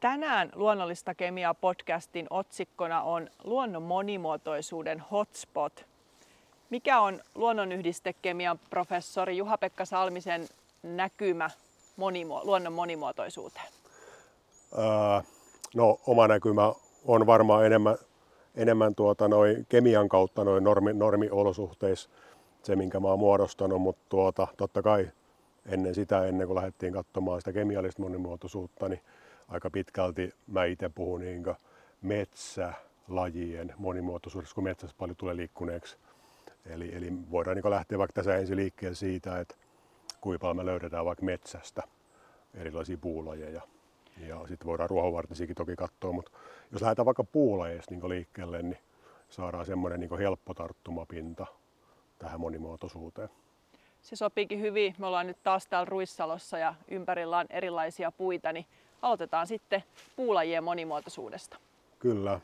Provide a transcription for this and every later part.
Tänään Luonnollista kemiaa podcastin otsikkona on luonnon monimuotoisuuden hotspot. Mikä on luonnonyhdistekemian professori Juha-Pekka Salmisen näkymä luonnon monimuotoisuuteen? Oma näkymä on varmaan enemmän kemian kautta normiolosuhteissa se, minkä mä oon muodostanut, mutta totta kai ennen kuin lähdettiin katsomaan sitä kemiallista monimuotoisuutta, niin aika pitkälti mä itse puhun metsälajien monimuotoisuudesta, kun metsässä paljon tulee liikkuneeksi. Eli voidaan lähteä vaikka tässä ensin liikkeelle siitä, että kuinka paljon me löydetään vaikka metsästä erilaisia puulajeja. Ja sitten voidaan ruohonvartisiakin toki katsoa, mutta jos lähdetään vaikka puulajeista liikkeelle, niin saadaan semmoinen helppo tarttumapinta tähän monimuotoisuuteen. Se sopiikin hyvin. Me ollaan nyt taas täällä Ruissalossa ja ympärillä on erilaisia puita, niin aloitetaan sitten puulajien monimuotoisuudesta. Kyllä.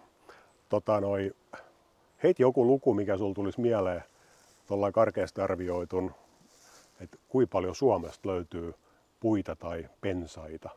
Heiti joku luku, mikä sulla tulisi mieleen tuollain karkeasti arvioitun, että kuinka paljon Suomesta löytyy puita tai pensaita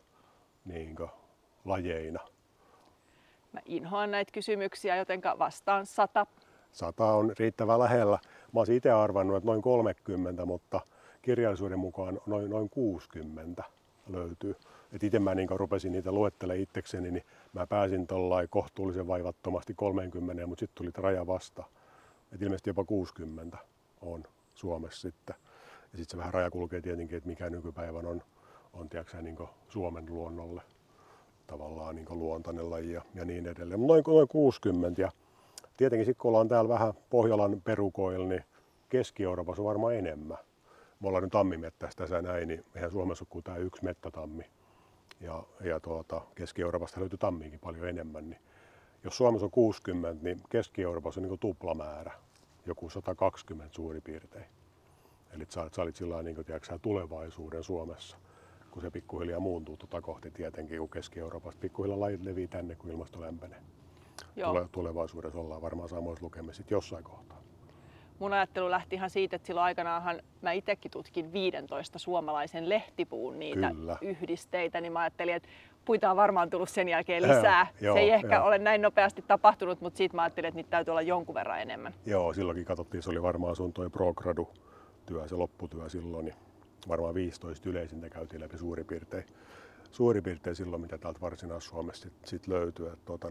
lajeina? Mä inhoan näitä kysymyksiä, jotenka vastaan 100. 100 on riittävän lähellä. Mä olisin itse arvannut, että noin 30, mutta kirjallisuuden mukaan noin 60 löytyy. Et itse mä rupesin niitä luettelemaan itsekseni, niin mä pääsin kohtuullisen vaivattomasti 30, mutta sitten tuli raja vasta. Et ilmeisesti jopa 60 on Suomessa sitten. Ja sitten se vähän raja kulkee tietenkin, että mikä nykypäivän on Suomen luonnolle tavallaan luontainen laji ja niin edelleen. Noin 60. Ja tietenkin sitten kun ollaan täällä vähän Pohjolan perukoilla, niin Keski-Euroopassa on varmaan enemmän. Me ollaan nyt tammimettässä tässä näin, niin eihän Suomessa ole kuin tämä yksi mettätammi. Ja Keski-Euroopasta löytyy tammiinkin paljon enemmän. Niin jos Suomessa on 60, niin Keski-Euroopassa on tuplamäärä, joku 120 suurin piirtein. Eli sä olit sillä lailla tulevaisuuden Suomessa, kun se pikkuhiljaa muuntuu kohti tietenkin, kun Keski-Euroopasta pikkuhiljaa lajit levii tänne, kun ilmasto lämpenee. Tulevaisuudessa ollaan varmaan samoissa lukemissa jossain kohtaa. Mun ajattelu lähti ihan siitä, että silloin aikanaanhan mä itsekin tutkin 15 suomalaisen lehtipuun niitä yhdisteitä, niin mä ajattelin, että puita on varmaan tullut sen jälkeen lisää. Se ei ehkä ole näin nopeasti tapahtunut, mutta siitä mä ajattelin, että niitä täytyy olla jonkun verran enemmän. Joo, silloinkin katsottiin, se oli varmaan sun toi pro-gradu-työ, se lopputyö silloin, niin varmaan 15 yleisintä käytiin läpi suurin piirtein silloin, mitä täältä Varsinais-Suomesta sit löytyy.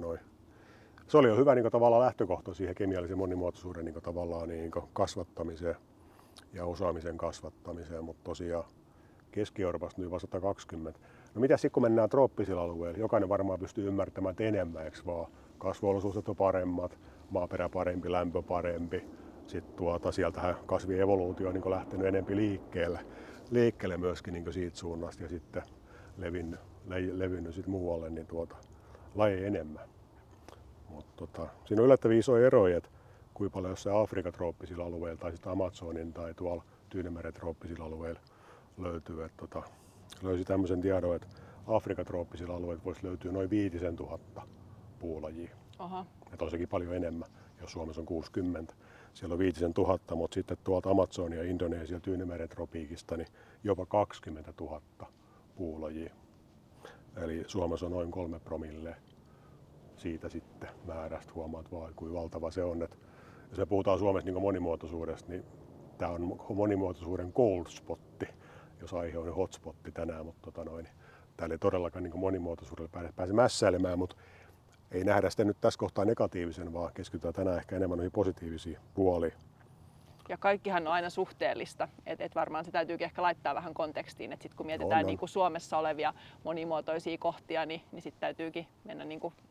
Se oli jo hyvä tavallaan lähtökohta siihen kemiallisen monimuotoisuuden kasvattamiseen ja osaamisen kasvattamiseen, mutta tosiaan Keski-Euroopasta nyt vain 120. No mitä sitten kun mennään trooppisilla alueilla? Jokainen varmaan pystyy ymmärtämään, että enemmän, eikö vaan? Kasvuolosuhteet on paremmat, maaperä parempi, lämpö parempi. Sitten sieltähän kasvievoluutio on lähtenyt enempi liikkeelle myöskin siitä suunnasta ja sitten levinnyt sit muualle, niin lajeja enemmän. Mutta siinä on yllättävän isoja eroja, että kuinka paljon jossain Afrikan trooppisilla alueilla tai sitten Amazonin tai tuolla Tyynenmeren trooppisilla alueilla löytyy. Löysi tämmöisen tiedon, että Afrikan trooppisilla alueilla voisi löytyä noin 5000 puulajia. Että on sekin paljon enemmän, jos Suomessa on 60. Siellä on 5000, mutta sitten tuolta Amazonia, Indonesia, Tyynenmeren tropiikista niin jopa 20 000 puulajia. Eli Suomessa on noin 3 promille. Siitä sitten määrästä huomaat vaan, kuinka valtava se on. Että jos me puhutaan Suomessa monimuotoisuudesta, niin tämä on monimuotoisuuden cold spotti, jos aihe on hotspotti tänään, mutta täällä ei todellakaan monimuotoisuudelle pääse mässäilemään, mutta ei nähdä sitä nyt tässä kohtaa negatiivisen, vaan keskitytään tänään ehkä enemmän noihin positiivisiin puoliin. Ja kaikkihan on aina suhteellista, että varmaan se täytyykin ehkä laittaa vähän kontekstiin, että sitten kun mietitään Suomessa olevia monimuotoisia kohtia, niin sitten täytyykin mennä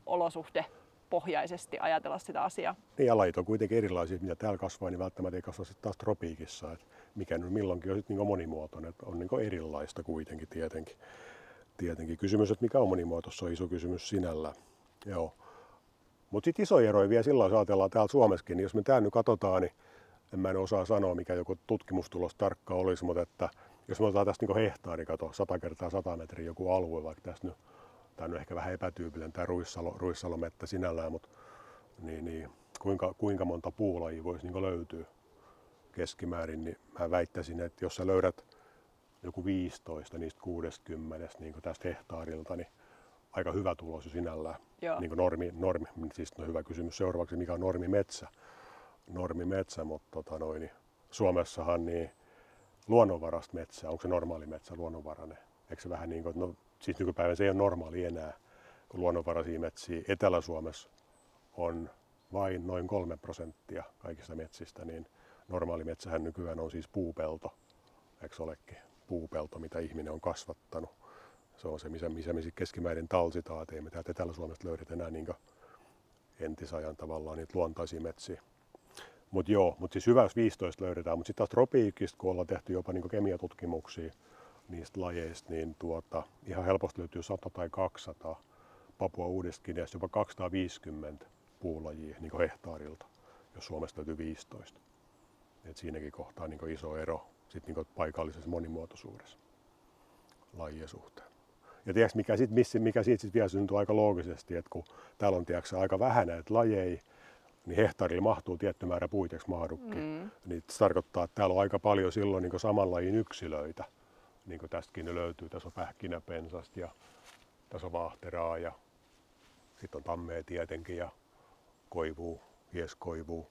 olosuhdepohjaisesti ajatella sitä asiaa. Niin ja lajit on kuitenkin erilaisia, mitä täällä kasvaa, niin välttämättä ei kasva sitten taas tropiikissa, että mikä nyt milloinkin on sitten monimuotoinen, että on erilaista kuitenkin tietenkin. Kysymys, että mikä on monimuotoista, on iso kysymys sinällään. Joo. Mutta sitten isoja eroja vielä silloin, jos ajatellaan täällä Suomessakin, niin jos me täällä nyt katsotaan, niin en osaa sanoa, mikä joku tutkimustulos tarkka olisi, mutta että jos me otetaan tästä hehtaari, 100 kertaa 100 metriä joku alue, vaikka tässä nyt, tämä on ehkä vähän epätyypillinen tämä Ruissalomettä sinällään, mutta niin, kuinka monta puulajia voisi löytyä keskimäärin, niin mä väittäisin, että jos sä löydät joku 15 niistä 60 tästä hehtaarilta, niin aika hyvä tulos jo sinällään. Niin normi, siis no hyvä kysymys seuraavaksi, mikä on normimetsä. Normimetsä, mutta Suomessahan niin luonnonvarasta metsää, onko se normaali metsä luonnonvarainen? Eikö se vähän niin kuin, no siis nykypäivänä se ei ole normaali enää, kun luonnonvaraisia metsiä Etelä-Suomessa on vain noin 3% kaikista metsistä, niin normaali metsähän nykyään on siis puupelto, eikö olekin? Puupelto, mitä ihminen on kasvattanut. Se on se, missä me keskimäärin talsitaan, että ei me täältä Etelä-Suomesta löydetä enää niin entisajan tavallaan niitä luontaisia metsiä. Mutta siis hyvä, jos 15 löydetään, mutta sitten taas tropiikista, kun ollaan tehty jopa niin kemiatutkimuksia niistä lajeista, niin ihan helposti löytyy 100 tai 200, Papua Uudesta-Gineasta jopa 250 puulajia niin hehtaarilta, jos Suomesta löytyy 15. Et siinäkin kohtaa niin iso ero sit niin paikallisessa monimuotoisuudessa lajien suhteen. Ja tiedätkö, mikä siitä sit vielä syntyy aika loogisesti, että kun täällä on aika vähän näitä lajeja, niin hehtaarilla mahtuu tietty määrä puita, eikö mahdukin. Niin se tarkoittaa, että täällä on aika paljon silloin niin saman lajin yksilöitä. Niin kuin tästäkin ne löytyy, tässä on pähkinäpensasta ja tässä on vaahteraa ja sitten on tammea tietenkin ja koivua, hieskoivua.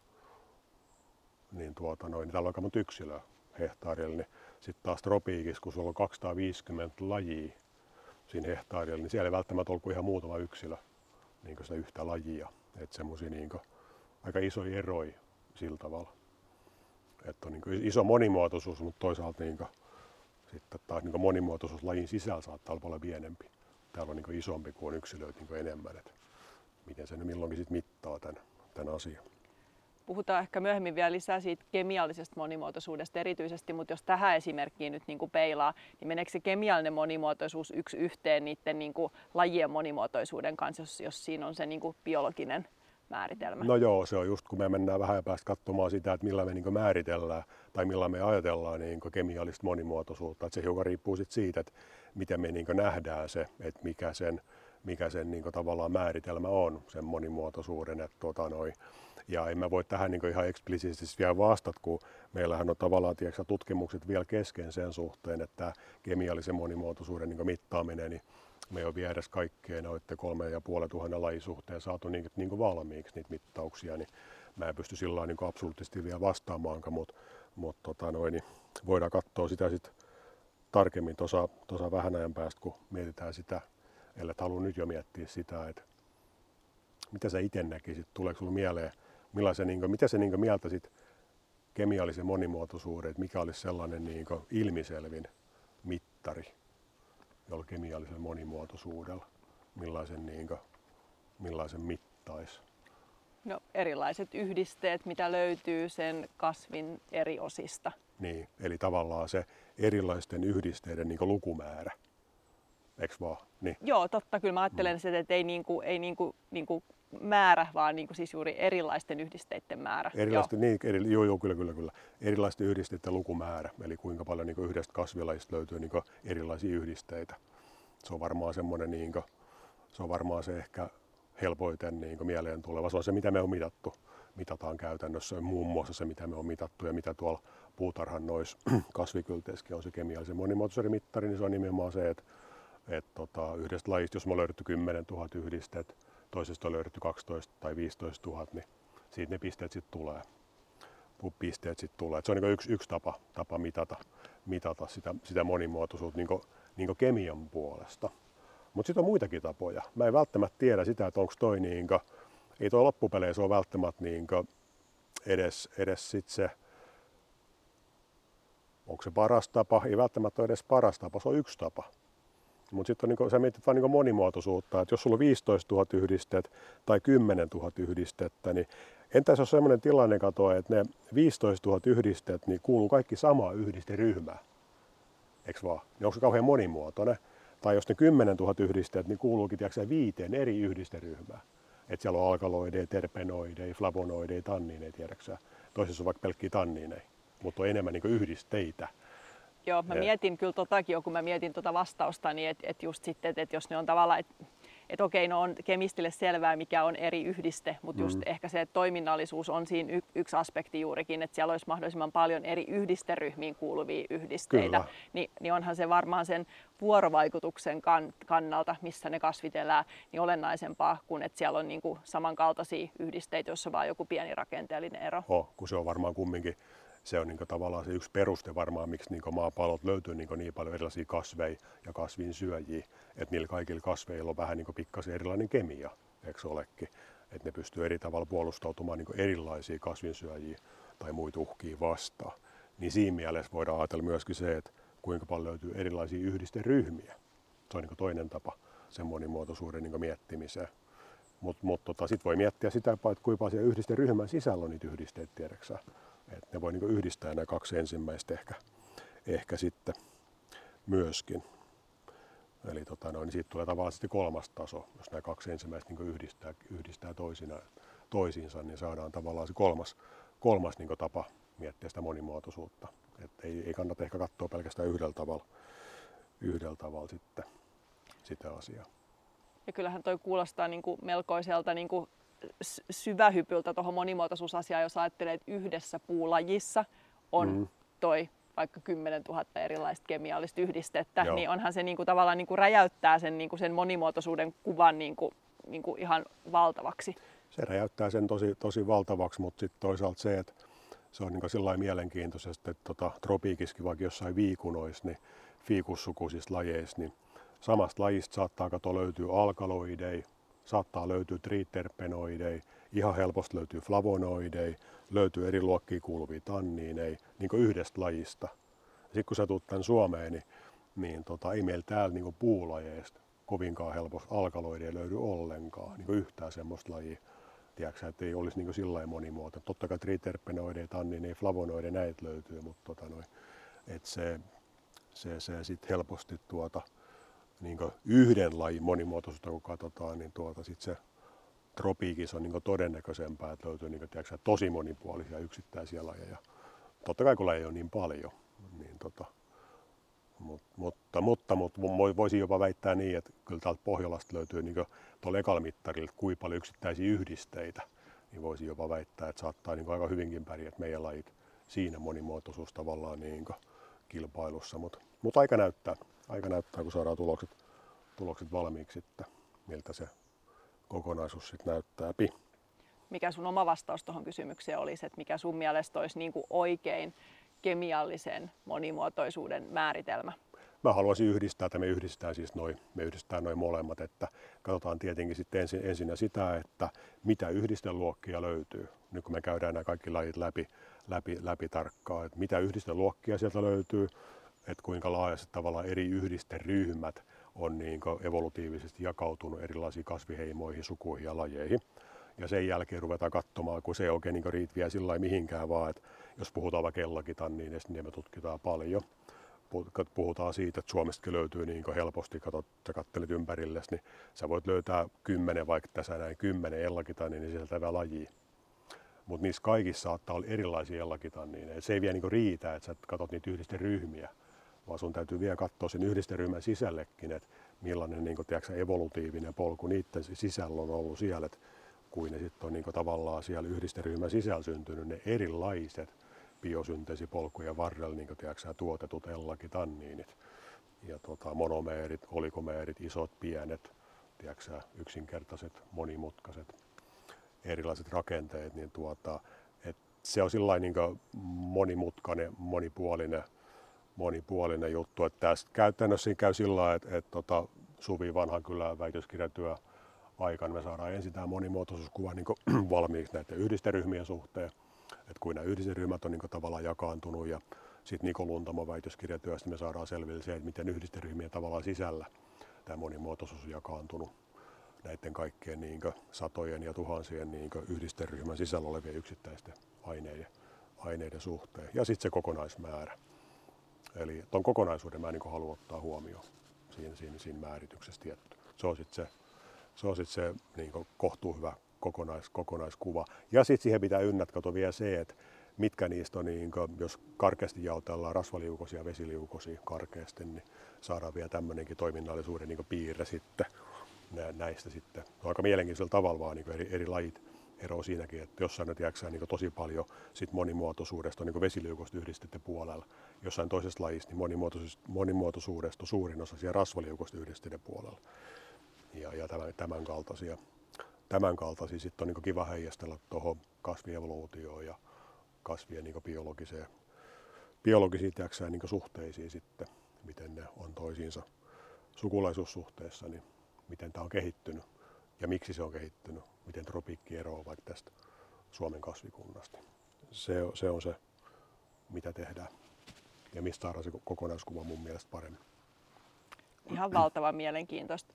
Niin täällä on aika monta yksilöä hehtaarilla. Niin sitten taas tropiikissa, kun sulla on 250 lajia siinä hehtaarilla, niin siellä ei välttämättä ole kuin ihan muutama yksilö niin sitä yhtä lajia. Että semmoisia niin aika isoja eroja sillä tavalla. Että on niin iso monimuotoisuus, mutta toisaalta niin sitten taas niin monimuotoisuus lajin sisällä saattaa olla paljon pienempi. Täällä on niin isompi kuin on yksilöitä niin enemmän. Että miten se nyt milloinkin sit mittaa tämän asian. Puhutaan ehkä myöhemmin vielä lisää siitä kemiallisesta monimuotoisuudesta erityisesti, mutta jos tähän esimerkkiin nyt niin kuin peilaa, niin meneekö se kemiallinen monimuotoisuus yksi yhteen niiden niin kuin lajien monimuotoisuuden kanssa, jos siinä on se niin kuin biologinen määritelmä? No joo, se on just kun me mennään vähän päästä katsomaan sitä, että millä me niin kuin määritellään tai millä me ajatellaan niin kuin kemiallista monimuotoisuutta. Että se hiukan riippuu sit siitä, että miten me niin kuin nähdään se, että mikä sen niin kuin tavallaan määritelmä on, sen monimuotoisuuden. Että ja en mä voi tähän niin ihan eksplisiittisesti vielä vastata, kun meillähän on tavallaan tutkimukset vielä kesken sen suhteen, että kemiallisen monimuotoisuuden niin mittaaminen, niin me ei ole vielä edes kaikkeen noiden 3500 lajin suhteen saatu niin valmiiksi niitä mittauksia, niin mä en pysty sillä niin absoluuttisesti vielä vastaamaankaan, mutta niin voidaan katsoa sitä sitten tarkemmin tuossa vähän ajan päästä, kun mietitään sitä, ellei halua nyt jo miettiä sitä, että mitä sä itse näkisit, tuleeko sinulle mieleen, mitä sä mieltäisit kemiallisen monimuotoisuuden, että mikä olisi sellainen ilmiselvin mittari jolla kemiallisen monimuotoisuudella, millaisen mittaisi? No erilaiset yhdisteet, mitä löytyy sen kasvin eri osista. Niin, eli tavallaan se erilaisten yhdisteiden lukumäärä, eikö vaan? Niin. Joo, totta. Kyllä mä ajattelen, että ei määrä, vaan siis juuri erilaisten yhdisteiden määrä. Kyllä. Erilaisten yhdisteiden lukumäärä, eli kuinka paljon yhdestä kasvilajista löytyy erilaisia yhdisteitä. Se on varmaan semmoinen, se on varmaan se ehkä helpoiten mieleen tuleva. Se on se, mitä me on mitattu. Mitataan käytännössä muun muassa se, mitä me on mitattu ja mitä tuolla puutarhan noissa kasvikylteissäkin on se kemiallisen monimuotoisuuden mittari, niin se on nimenomaan se, että yhdestä lajista, jos me on löydetty 10 000 yhdistettä, toisesta on löydetty 12 tai 15 000, niin siitä ne pisteet sitten tulee. Se on yksi tapa mitata sitä monimuotoisuutta niin kemian puolesta. Mutta sitten on muitakin tapoja. Mä en välttämättä tiedä sitä, että onko toi ei toi loppupeleissä ole välttämättä edes sit se, onko se paras tapa, ei välttämättä ole edes paras tapa, se on yksi tapa. Mutta sitten sä mietit vaan monimuotoisuutta, että jos sulla on 15 000 yhdistettä tai 10 000 yhdistettä, niin entäs jos sellainen tilanne katoaa, että ne 15 000 yhdistettä niin kuuluu kaikki samaan yhdisteryhmään, eikö vaan? Niin onko se kauhean monimuotoinen? Tai jos ne 10 000 yhdistettä, niin kuuluukin 5 eri yhdisteryhmään. Että siellä on alkaloideja, terpenoideja, flavonoideja, tanniineja, tiedäksä. Toisessa on vaikka pelkkiä tanniineja, mutta on enemmän yhdisteitä. Joo, mä mietin kyllä totakin jo, kun mä mietin vastausta, niin että just sitten, että jos ne on tavallaan, että okei, no on kemistille selvää, mikä on eri yhdiste, mutta just ehkä se, että toiminnallisuus on siinä yksi aspekti juurikin, että siellä olisi mahdollisimman paljon eri yhdisteryhmiin kuuluvia yhdisteitä, niin onhan se varmaan sen vuorovaikutuksen kannalta, missä ne kasvit elää, niin olennaisempaa kuin että siellä on niin kuin samankaltaisia yhdisteitä, joissa on vaan joku pieni rakenteellinen ero. Kun se on varmaan kumminkin, se on niin tavallaan se yksi peruste varmaan, miksi niin maapallolta löytyy niin paljon erilaisia kasveja ja kasvinsyöjiä, että niillä kaikilla kasveilla on vähän niin pikkasen erilainen kemia, eikö olekin? Että ne pystyy eri tavalla puolustautumaan niin erilaisia kasvinsyöjiä tai muita uhkia vastaan. Niin siinä mielessä voidaan ajatella myöskin se, että kuinka paljon löytyy erilaisia yhdisteryhmiä. Se on niin toinen tapa sen monimuotoisuuden niin miettimiseen. Mutta sitten voi miettiä sitä, että kuinka paljon yhdisteryhmän sisällä on niitä yhdisteitä, tiedäksä. Että ne voi niin yhdistää nämä kaksi ensimmäistä ehkä sitten myöskin. Eli niin siitä tulee tavallaan sitten kolmas taso, jos nämä kaksi ensimmäistä niin yhdistää toisiinsa, niin saadaan tavallaan se kolmas niin tapa miettiä sitä monimuotoisuutta. Että ei kannata ehkä katsoa pelkästään yhdellä tavalla sitten sitä asiaa. Ja kyllähän toi kuulostaa niin kuin melkoiselta niin kuin syvähypyltä tuohon monimuotoisuusasiaan, jos ajattelee, että yhdessä puulajissa on toi vaikka 10 000 erilaista kemiallista yhdistettä, niin onhan se niin kuin tavallaan niin kuin räjäyttää sen monimuotoisuuden kuvan niin kuin ihan valtavaksi. Se räjäyttää sen tosi valtavaksi, mutta sitten toisaalta se, että se on niin sillä mielenkiintoisesti, että tropiikissakin vaikka jossain viikunoissa, niin fiikussukuisissa lajeissa, niin samasta lajista saattaa löytyä alkaloideja, saattaa löytyä triterpenoideja, ihan helposti löytyy flavonoideja, löytyy eri luokkiin kuuluvia tanniineja, niin yhdestä lajista. Sitten kun sä tulet tänne Suomeen, niin ei meillä täällä niin puulajeista kovinkaan helposti alkaloideja löydy ollenkaan, niin yhtään semmoista lajia. Tiedätkö, että ei olisi niin sillä lailla monimuotoinen. Totta kai triterpenoideja, tanniineja, flavonoideja, näitä löytyy, mutta että se sitten helposti niin yhden lajin monimuotoisuutta kun katsotaan, niin sit se tropiikissa on niin todennäköisempää, että löytyy niin tiedätkö, tosi monipuolisia yksittäisiä lajeja. Totta kai kun lajeja on niin paljon, niin mutta voisin jopa väittää niin, että kyllä täältä Pohjolasta löytyy niin tuolla ekalla mittarilla, kuinka paljon yksittäisiä yhdisteitä, niin voisin jopa väittää, että saattaa niin aika hyvinkin pärjätä meidän lajit siinä monimuotoisuus tavallaan niin kilpailussa, mutta aika näyttää, kun saadaan tulokset valmiiksi, että miltä se kokonaisuus sitten näyttää. Mikä sun oma vastaus tuohon kysymykseen olisi, että mikä sun mielestä olisi niin kuin oikein kemiallisen monimuotoisuuden määritelmä? Mä haluaisin yhdistää, että me yhdistetään noin molemmat, että katsotaan tietenkin sitten ensin sitä, että mitä yhdisteluokkia löytyy. Nyt kun me käydään nämä kaikki lajit läpi tarkkaan, että mitä yhdisteluokkia sieltä löytyy, että kuinka laajasti tavallaan eri yhdisteryhmät on niin evolutiivisesti jakautunut erilaisiin kasviheimoihin, sukuihin ja lajeihin. Ja sen jälkeen ruvetaan katsomaan, kun se ei oikein niin riitä vielä sillä lailla mihinkään, vaan että jos puhutaan vaikka ellakitanniineista, niin me tutkitaan paljon. Puhutaan siitä, että Suomestakin löytyy niin helposti, sä katselet ympärillesi, niin sä voit löytää 10, vaikka tässä näin 10 ellakitanniinin sisältävää lajia. Mutta niissä kaikissa saattaa olla erilaisia ellakitanniineja. Se ei vielä niin riitä, että sä katsot niitä yhdisteryhmiä, vaan sun täytyy vielä katsoa sen yhdisteryhmän sisällekin, että millainen niin evolutiivinen polku niiden sisällä on ollut siellä, että kuin ne sitten on niin tavallaan siellä yhdisteryhmän sisällä syntynyt ne erilaiset biosynteesipolkujen varrella niin tuotetut ellakitanniinit. Ja monomeerit, oligomeerit, isot, pienet, yksinkertaiset, monimutkaiset, erilaiset rakenteet. Niin se on sillain niin monimutkainen, monipuolinen juttu. Että tästä käytännössä käy sillä lailla, että Suvi vanhan kylän väitöskirjatyö aikana me saadaan ensin tämä monimuotoisuuskuva niin valmiiksi näiden yhdisteryhmien suhteen, että kun nämä yhdisteryhmät on niin tavallaan jakaantunut ja sitten Niko Luntamon väitöskirjatyöstä me saadaan selville se, että miten yhdisteryhmien tavallaan sisällä tämä monimuotoisuus on jakaantunut näiden kaikkien niin satojen ja tuhansien niin yhdisteryhmän sisällä olevien yksittäisten aineiden suhteen ja sitten se kokonaismäärä. Eli tuon kokonaisuuden mä niin haluan ottaa huomioon siinä määrityksessä tietty. Se on sitten se niin kohtuu hyvä kokonaiskuva. Ja sitten siihen pitää ynnätä vielä se, että mitkä niistä on, niin jos karkeasti jaotellaan rasvaliukosia ja vesiliukosia karkeasti, niin saadaan vielä tämmöinenkin toiminnallisuuden piirre sitten näistä sitten aika mielenkiintoisella tavalla vaan niin eri lajit eroavat siinäkin, että jossain ne tiedätkö, niin tosi paljon sit monimuotoisuudesta niin vesiliukosta yhdisteiden puolella. Jossain toisessa lajissa niin monimuotoisuudesta suurin osa siellä rasvaliukosta yhdisteiden puolella. Ja tämän kaltaisia sitten on niin kiva heijastella tuohon kasvievoluutioon ja kasvien niin biologisiin niin suhteisiin sitten, miten ne on toisiinsa sukulaisuussuhteessa, niin miten tämä on kehittynyt ja miksi se on kehittynyt, miten tropiikki eroaa vaikka tästä Suomen kasvikunnasta. Se on se, mitä tehdään ja mistä saadaan se kokonaiskuva mun mielestä paremmin. Ihan valtavan mielenkiintoista.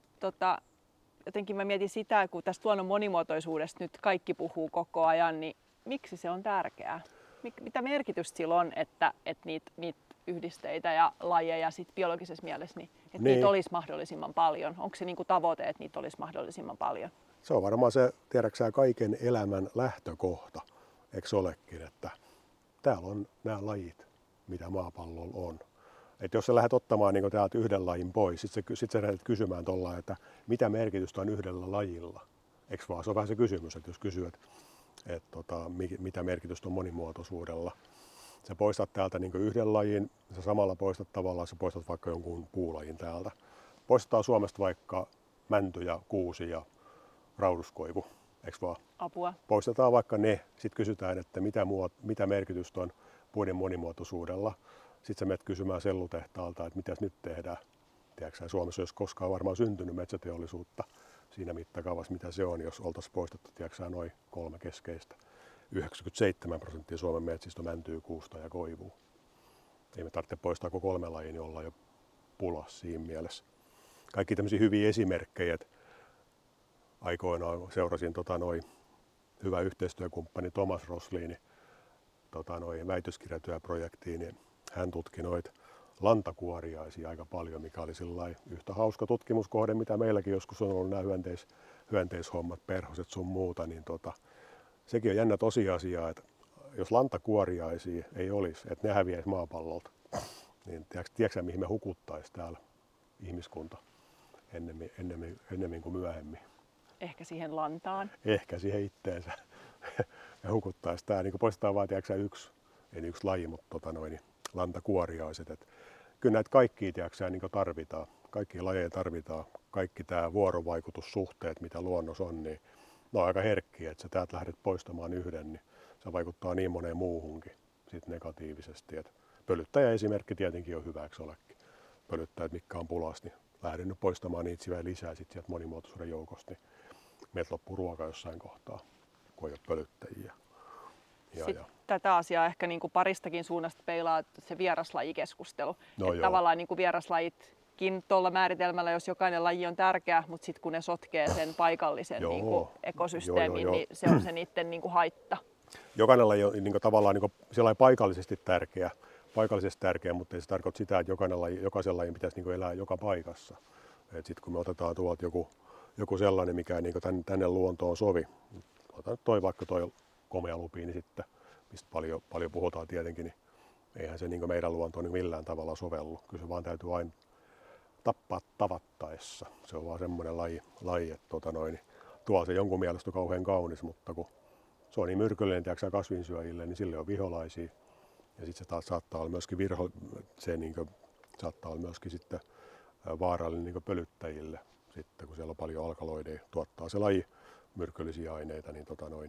Jotenkin mä mietin sitä, kun tästä luonnon monimuotoisuudesta nyt kaikki puhuu koko ajan, niin miksi se on tärkeää? Mitä merkitystä sillä on, että niitä yhdisteitä ja lajeja sit biologisessa mielessä, niin, että niitä olisi mahdollisimman paljon? Onko se niinku tavoite, että niitä olisi mahdollisimman paljon? Se on varmaan se, tiedäksä, kaiken elämän lähtökohta, eikö se olekin, että täällä on nämä lajit, mitä maapallolla on. Et jos sä lähdet ottamaan niin täältä yhden lajin pois, sit sä lähdet kysymään tuolla, että mitä merkitystä on yhdellä lajilla. Eikö vaan? Se on vähän se kysymys, että jos kysyy, että mitä merkitystä on monimuotoisuudella. Sä poistat täältä niin yhden lajin, sä samalla poistat tavallaan, sä poistat vaikka jonkun puulajin täältä. Poistetaan Suomesta vaikka mänty ja kuusi ja rauduskoivu, eikö vaan? Apua. Poistetaan vaikka ne, sitten kysytään, että mitä merkitystä on puiden monimuotoisuudella. Sitten sä menet kysymään sellutehtaalta, että mitäs nyt tehdään. Tiedätkö, Suomessa ei olisi koskaan varmaan syntynyt metsäteollisuutta siinä mittakaavassa, mitä se on, jos oltaisiin poistettu noin 3 keskeistä. 97% Suomen metsistä mäntyy, kuusta ja koivua. Ei me tarvitse poistaa koko 3 lajia, niin ollaan jo pulassa siinä mielessä. Kaikki tämmöisiä hyviä esimerkkejä. Aikoinaan seurasin hyvä yhteistyökumppani Thomas Rosliini väitöskirjatyöprojektiin, niin hän tutki noita lantakuoriaisia aika paljon, mikä oli yhtä hauska tutkimuskohde, mitä meilläkin joskus on ollut nämä hyönteishommat, perhoset sun muuta, niin sekin on jännä tosiasia, että jos lantakuoriaisia ei olisi, että ne häviäisi maapallolta, niin tiedätkö mihin me hukuttaisiin täällä ihmiskunta ennemmin kuin myöhemmin? Ehkä siihen lantaan. Ehkä siihen itteensä. Me hukuttaisiin tää, niin poistetaan vaan yksi laji, mutta lantakuoriaiset. Et kyllä näitä kaikkia niin tarvitaan. Kaikkia lajeja tarvitaan. Kaikki tämä vuorovaikutussuhteet, mitä luonnossa on, niin ne on aika herkkiä, että sä täältä lähdet poistamaan yhden, niin se vaikuttaa niin moneen muuhunkin sit negatiivisesti. Et pölyttäjäesimerkki tietenkin on hyvä, eikö olekin? Pölyttäjät, mitkä on pulas, niin lähden nyt poistamaan niitä lisää sit sieltä monimuotoisuuden joukosta, niin meiltä loppuu ruoka jossain kohtaa, kun ei ole pölyttäjiä. Tätä asiaa ehkä niin kuin paristakin suunnasta peilaa se vieraslajikeskustelu. Tavallaan niin kuin vieraslajitkin tuolla määritelmällä, jos jokainen laji on tärkeä, mutta sitten kun ne sotkee sen paikallisen niin kuin ekosysteemin, niin se on se niiden niin kuin haitta. Jokainen laji on niin kuin tavallaan niin paikallisesti tärkeä, mutta ei se tarkoita sitä, että jokaisen lajin pitäisi niin kuin elää joka paikassa. Sitten kun me otetaan tuolta joku sellainen, mikä ei niin kuin tänne luontoon sovi, otan vaikka toi komea lupiini sitten, mistä paljon puhutaan tietenkin, niin eihän se niin meidän luontoon niin millään tavalla sovellu. Kyllä se vaan täytyy aina tappaa tavattaessa. Se on vaan semmoinen laji että tuolla se jonkun mielestä on kauhean kaunis, mutta kun se on niin myrkyllinen kasvinsyöjille, niin sille on viholaisia. Ja sitten se taas saattaa olla myöskin saattaa olla myöskin sitten vaarallinen niin pölyttäjille. Sitten kun siellä on paljon alkaloideja, tuottaa se laji myrkyllisiä aineita, niin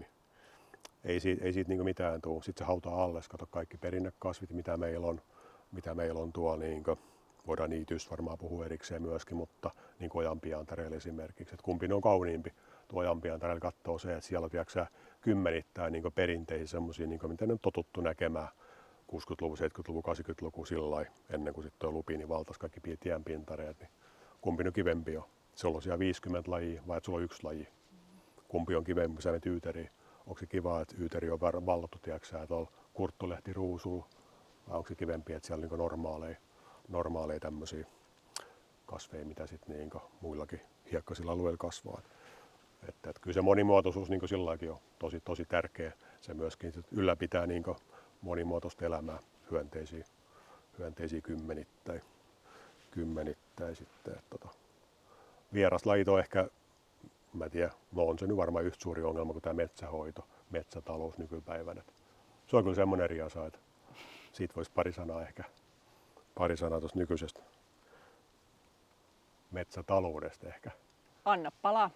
ei siitä niin mitään tule. Sitten se hautaa alles, kato kaikki perinnekasvit, mitä meillä on tuolla. Niin voidaan niitystä varmaan puhua erikseen myöskin, mutta niin kuin ojanpiantareilla esimerkiksi. Että kumpi ne on kauniimpi. Tuo ojanpiantareilla katsoo se, että siellä on kymmenittäin niin perinteisiä semmoisia, niin mitä ne on totuttu näkemään 60-luvun, 70-luvun, 80-luvun sillä ennen kuin sitten tuo lupiini valtasi kaikki tienpintareet. Niin kumpi ne kivempi on? Sulla on siellä 50 lajia vai että sulla on 1 laji? Kumpi on kivempi, kun sä menet yyteriin? Onko se kiva, että yyteri on vallattu, tuolla kurttulehtiruusulla? Vai onko se kivempi, että siellä on normaaleja tämmöisiä kasveja, mitä sitten niin muillakin hiekkaisilla alueilla kasvaa? Että kyllä se monimuotoisuus niin silläkin on tosi tärkeä. Se myöskin ylläpitää niin monimuotoista elämää, hyönteisiä kymmenittäin sitten. Vieraslajit on ehkä, mä tiedän, no on se nyt varmaan yhtä suuri ongelma kuin tämä metsähoito, metsätalous nykypäivänä. Se on kyllä semmoinen eri asia, että siitä voisi pari sanaa tuosta nykyisestä metsätaloudesta ehkä. Anna palaa.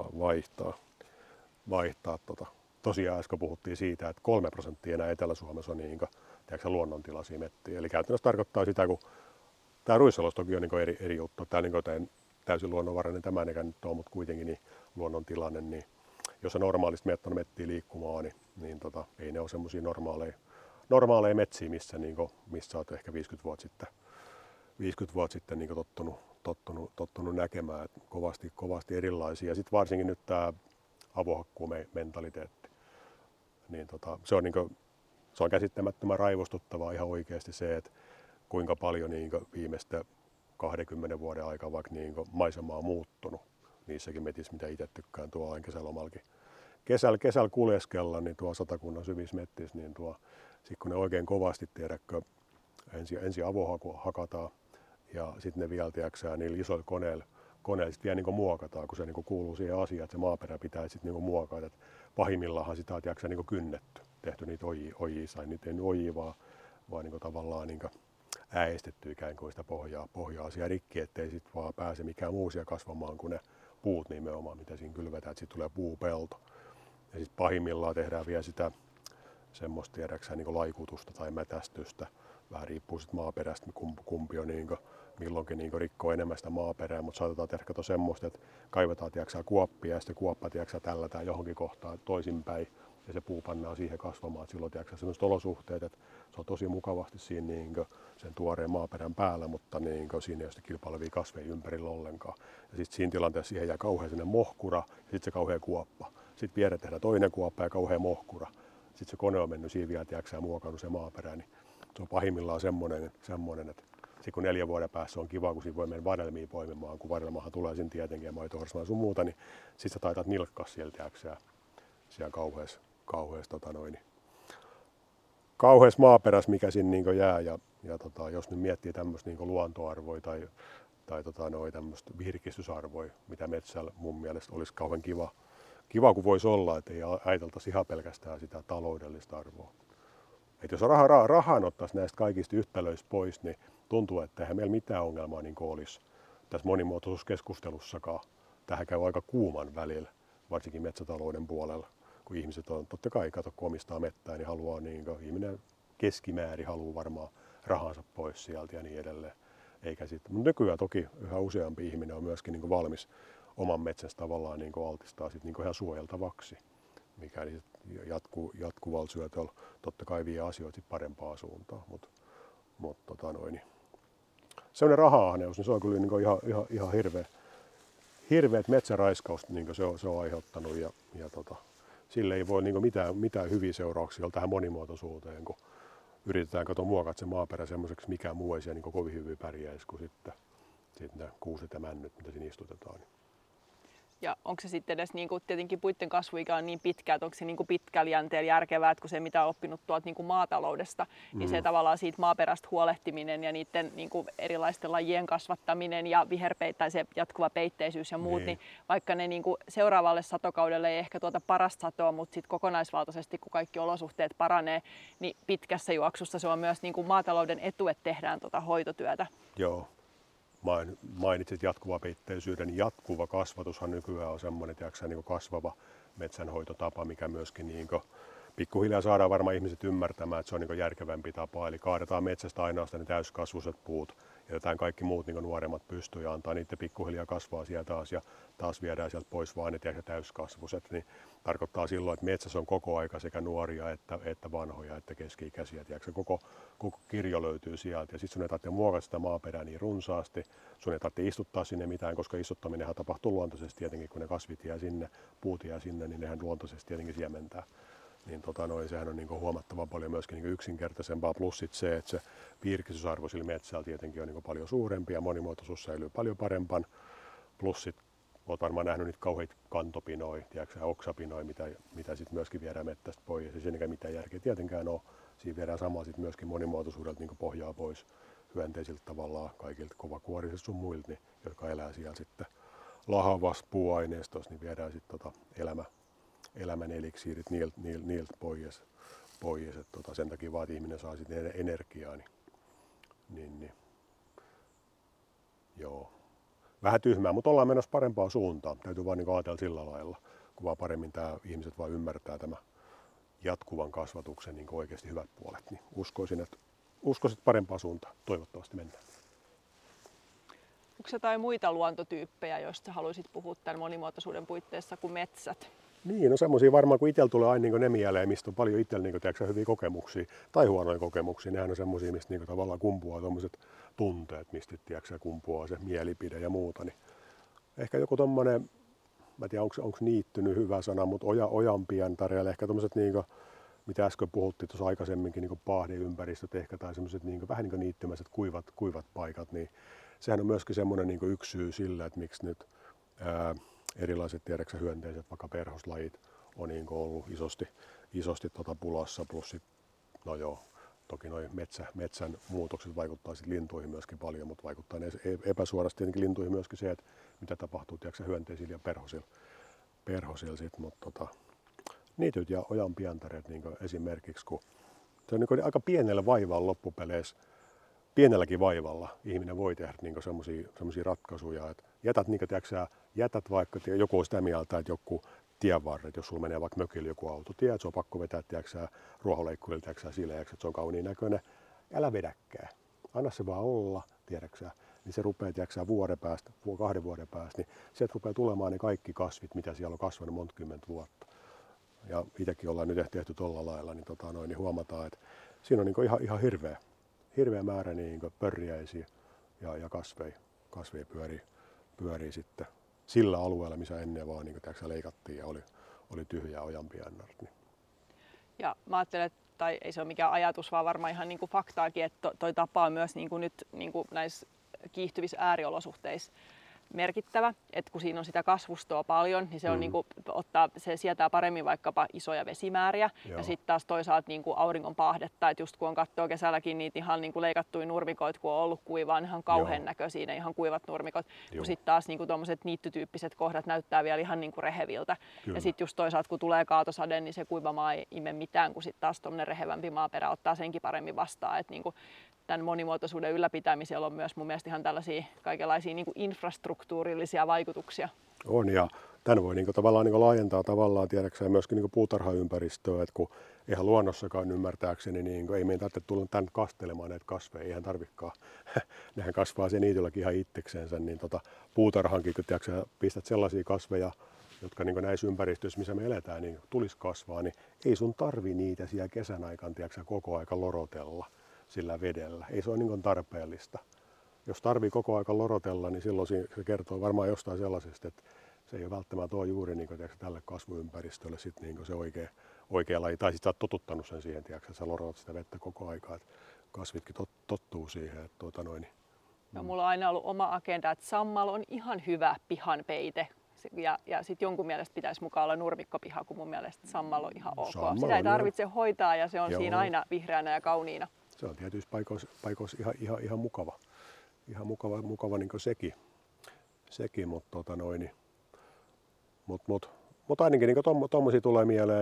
Vaihtaa. Tosiaan äsken puhuttiin siitä, että 3% enää Etelä-Suomessa on niin luonnontilaisia metsiä. Eli käytännössä tarkoittaa sitä, kun tämä ruissalous toki on niin eri juttu. Tämä niin täysin luonnonvarainen tämä eikä nyt ole, mutta kuitenkin niin luonnontilanne. Niin jos on normaalisti metsiä liikkumaan, niin ei ne ole semmoisia normaaleja metsiä, missä olet ehkä 50 vuotta sitten niin tottunut näkemään. Että kovasti erilaisia. Ja sitten varsinkin nyt tämä avohakkuumentaliteetti. Niin se on käsittämättömän raivostuttavaa ihan oikeasti se, että kuinka paljon viimeisten 20 vuoden aikaa vaikka maisema on muuttunut niissäkin metsissä, mitä itse tykkään tuolla kesälomallakin. Kesällä kuljeskella niin tuo Satakunnan syvissä metsissä, niin sit kun ne oikein kovasti tiedätkö, ensin avohaku hakataan ja sitten ne vielä tiedätkö, niillä isoilla koneilla sit vielä muokataan, kun se kuuluu siihen asiaan, että se maaperä pitää sitten muokata. Et pahimmillaan sitä on tiedätkö, kynnetty, tehty niitä ojia, niitä ei ojia vaan tavallaan äestetty ikään kuin sitä pohjaa siellä rikki, ettei sitten vaan pääse mikään muu siellä kasvamaan kuin ne puut nimenomaan, mitä siinä kylvetään, että siitä tulee puupelto. Ja sitten pahimmillaan tehdään vielä sitä semmoista tiedäksä laikutusta tai mätästystä. Vähän riippuu sitten maaperästä, kumpi on milloinkin rikkoo enemmän sitä maaperää, mutta saatetaan tehdä semmoista, että kaivetaan kuoppia ja sitten kuoppa tällätään johonkin kohtaan toisinpäin ja se puu pannaan siihen kasvamaan. Et silloin sellaiset olosuhteet, että se on tosi mukavasti siinä sen tuoreen maaperän päällä, mutta siinä ei ole kilpailevia kasveja ympärillä ollenkaan. Ja sitten siinä tilanteessa siihen jää kauhean sellainen mohkura ja sitten se kauhean kuoppa. Sitten viereen tehdään toinen kuoppa ja kauhean mohkura. Sitten se kone on mennyt siinä vielä ja muokannut se maaperä. Niin se on pahimmillaan semmoinen, että sitten kun 4 vuoden päässä on kiva, kun siinä voi mennä vadelmia poimimaan, kun vadelmahan tulee siinä tietenkin ja maitohorsmaa sun muuta, niin sitten sä taitat nilkkaa sieltä siellä kauheassa maaperässä, mikä sinne jää. Ja jos nyt miettii tämmöistä luontoarvoja tai tämmöistä virkistysarvoja, mitä metsällä mun mielestä olisi kauhean kiva kun voisi olla, että ei ajateltaisi ihan pelkästään sitä taloudellista arvoa. Et jos rahan ottaisi näistä kaikista yhtälöistä pois, niin tuntuu, että eihän meillä mitään ongelmaa olisi tässä monimuotoisuuskeskustelussakaan. Tähän käy aika kuuman välillä, varsinkin metsätalouden puolella, kun ihmiset on, totta kai kun omistaa mettää, niin haluaa, ihminen keskimäärin haluaa varmaan rahansa pois sieltä ja niin edelleen. Mutta nykyään toki yhä useampi ihminen on myöskin valmis oman metsänsä tavallaan altistaa sit ihan suojeltavaksi, mikäli jatkuvalla syötöllä totta kai vie asioita parempaan suuntaan. Sellainen raha-ahneus, niin se on kyllä ihan hirveät metsäraiskausta se on aiheuttanut ja sille ei voi mitään hyviä seurauksia olla tähän monimuotoisuuteen, kun yritetään muokata se maaperä semmoiseksi, mikä muu ei siellä kovin hyvin pärjäisi kuin sitten ne kuuset ja männyt, mitä siinä istutetaan. Ja onko se sitten edes tietenkin puitten kasvuikä on niin pitkä, että onko se pitkällä jänteellä järkevää, että kun se mitä on oppinut tuolta maataloudesta, niin se tavallaan siitä maaperästä huolehtiminen ja niiden erilaisten lajien kasvattaminen ja tai se jatkuva peitteisyys ja muut, niin vaikka ne seuraavalle satokaudelle ei ehkä tuota parasta satoa, mutta sitten kokonaisvaltaisesti kun kaikki olosuhteet paranee, niin pitkässä juoksussa se on myös maatalouden etu, että tehdään tuota hoitotyötä. Joo. Mainitsit jatkuvapeitteisyyden. Jatkuva kasvatushan nykyään on semmoinen kasvava metsänhoitotapa, mikä myöskin pikkuhiljaa saadaan varmaan ihmiset ymmärtämään, että se on järkevämpi tapa. Eli kaadetaan metsästä ainoastaan ne täyskasvuiset puut, jätetään kaikki muut nuoremmat pystyyn ja antaa niiden pikkuhiljaa kasvaa siellä taas ja taas viedään sieltä pois vaan ne täyskasvuiset. Niin tarkoittaa silloin, että metsässä on koko aika sekä nuoria että vanhoja että keski-ikäisiä. Koko kirjo löytyy sieltä ja sitten sun ei tarvitse muokata sitä maaperää niin runsaasti. Sun ei tarvitse istuttaa sinne mitään, koska istuttaminenhan tapahtuu luontaisesti tietenkin, kun ne kasvit jää sinne, puut jää sinne, niin nehän luontaisesti tietenkin siementää. Niin sehän on huomattavan paljon myöskin yksinkertaisempaa, plus sit se, että se virkistysarvo sillä metsällä tietenkin on paljon suurempi ja monimuotoisuus säilyy paljon parempaan. Plus sit olet varmaan nähnyt niitä kauheita kantopinoja, oksapinoja, mitä sit myöskin viedään mettästä pois. Ja siinä ei mitään järkeä tietenkään ole. Siinä viedään samalla sit myöskin monimuotoisuudelta pohjaa pois hyönteisiltä tavallaan, kaikilta kovakuorisilta sun muilta, jotka elää siellä sitten lahavassa puuaineistossa, niin viedään sitten elämän eliksiirit niiltä pois. Sen takia vaan, että ihminen saa sitten energiaa. Niin. Joo. Vähän tyhmää, mutta ollaan menossa parempaan suuntaan. Täytyy vaan niin ajatella sillä lailla, kun vaan paremmin ihmiset vaan ymmärtää tämä jatkuvan kasvatuksen niin oikeasti hyvät puolet. Niin uskoisin, että parempaan suuntaan. Toivottavasti mennään. Onko jotain muita luontotyyppejä, joista haluaisit puhua tämän monimuotoisuuden puitteissa kuin metsät? Niin, no semmoisia varmaan, kun itsellä tulee aina niin ne mieleen, mistä on paljon itsellä niin hyviä kokemuksia tai huonoja kokemuksia. Nehän on semmoisia, mistä niin tavallaan kumpuaa tuommoiset tunteet, mistä kumpuaa se mielipide ja muuta. Niin ehkä joku tommonen, mä en tiedä onko niittynyt hyvä sana, mutta ojanpientareella ehkä tommoset, niin kuin, mitä äsken puhuttiin tuossa aikaisemminkin, niin pahdeympäristöt ehkä tai semmoiset niin vähän niin niittymäiset kuivat paikat, niin sehän on myöskin semmoinen niin yksi syy sillä, että miksi nyt erilaiset hyönteiset, vaikka perhoslajit, on niin ollut isosti pulassa, plus sit, no joo, toki noi metsän muutokset vaikuttaa sit lintuihin myöskin paljon, mutta vaikuttaa epäsuorasti tietenkin lintuihin myöskin se, että mitä tapahtuu hyönteisillä ja perhosilla sit, mutta niityt ja ojanpientareet niin esimerkiksi, kun se on niin aika pienellä vaivalla loppupeleissä, pienelläkin vaivalla ihminen voi tehdä niin semmoisia ratkaisuja, että jätät vaikka, joku on sitä mieltä, että joku tienvarret, jos sulla menee vaikka mökillä joku autotie, että se on pakko vetää ruohonleikkurilla sileäksi, että se on kauniin näköinen. Älä vedäkään. Anna se vaan olla, tiedäksä. Niin se rupeaa vuoden päästä, 2 vuoden päästä, niin sieltä rupeaa tulemaan ne kaikki kasvit, mitä siellä on kasvanut monta kymmentä vuotta. Ja itsekin ollaan nyt tehty tuolla lailla, niin huomataan, että siinä on niin ihan hirveä määrä niin pörjäisiä ja kasveja pyörii sitten sillä alueella, missä ennen vaan niin leikattiin ja oli tyhjää ojanpientareet. Niin. Ja mä ajattelen, tai ei se ole mikään ajatus, vaan varmaan ihan niin kuin faktaakin, että toi tapa on myös niin kuin nyt niin kuin näissä kiihtyvissä ääriolosuhteissa merkittävä, että kun siinä on sitä kasvustoa paljon, niin se on niin kuin, se sietää paremmin vaikkapa isoja vesimääriä. Joo. Ja sitten taas toisaalta niin kuin auringon paahdetta, että just kun on katsoo kesälläkin niitä ihan niin kuin leikattuja nurmikoita, kun on ollut kuivaa, niin ihan kauhean näköisiä ne ihan kuivat nurmikot. Kun sitten taas niin kuin tuommoiset niittytyyppiset kohdat näyttää vielä ihan niin kuin reheviltä. Kyllä. Ja sitten just toisaalta kun tulee kaatosade, niin se kuiva maa ei ime mitään, kun sitten taas tuommoinen rehevämpi maaperä ottaa senkin paremmin vastaan. Että niin kuin tämän monimuotoisuuden ylläpitämisellä on myös mun mielestä ihan tällaisia kaikenlaisia niin kuin infrastruktuurillisia vaikutuksia. On, ja tämän voi tavallaan laajentaa tiedäkseen myöskin puutarhaympäristöä, että kun eihän luonnossakaan ymmärtääkseni, ei meidän tarvitse tulla tänne kastelemaan näitä kasveja, eihän tarvikaan. Nehän kasvaa sen niitylläkin ihan itseksensä, niin puutarhankin, kun pistät sellaisia kasveja, jotka näissä ympäristöissä, missä me eletään, niin tulisi kasvaa, niin ei sun tarvi niitä siellä kesän aikana koko aika lorotella sillä vedellä. Ei se ole niin tarpeellista. Jos tarvii koko aika lorotella, niin silloin se kertoo varmaan jostain sellaisesta, että se ei ole välttämättä ole juuri tälle kasvuympäristölle sit se oikea laji. Tai sitten sä oot totuttanut sen siihen, että sä lorotat sitä vettä koko aikaa. Että kasvitkin tottuu siihen. Että No, mulla on aina ollut oma agenda, että sammalo on ihan hyvä pihanpeite. Ja sitten jonkun mielestä pitäisi mukaan olla nurmikkopiha, kun mun mielestä sammalo on ihan ok. Sitä ei tarvitse hoitaa ja se on siinä aina vihreänä ja kauniina. Se on tietyissä paikoissa ihan mukava. Ihan mukava niin sekin, mutta ainakin niin tommosia tulee mieleen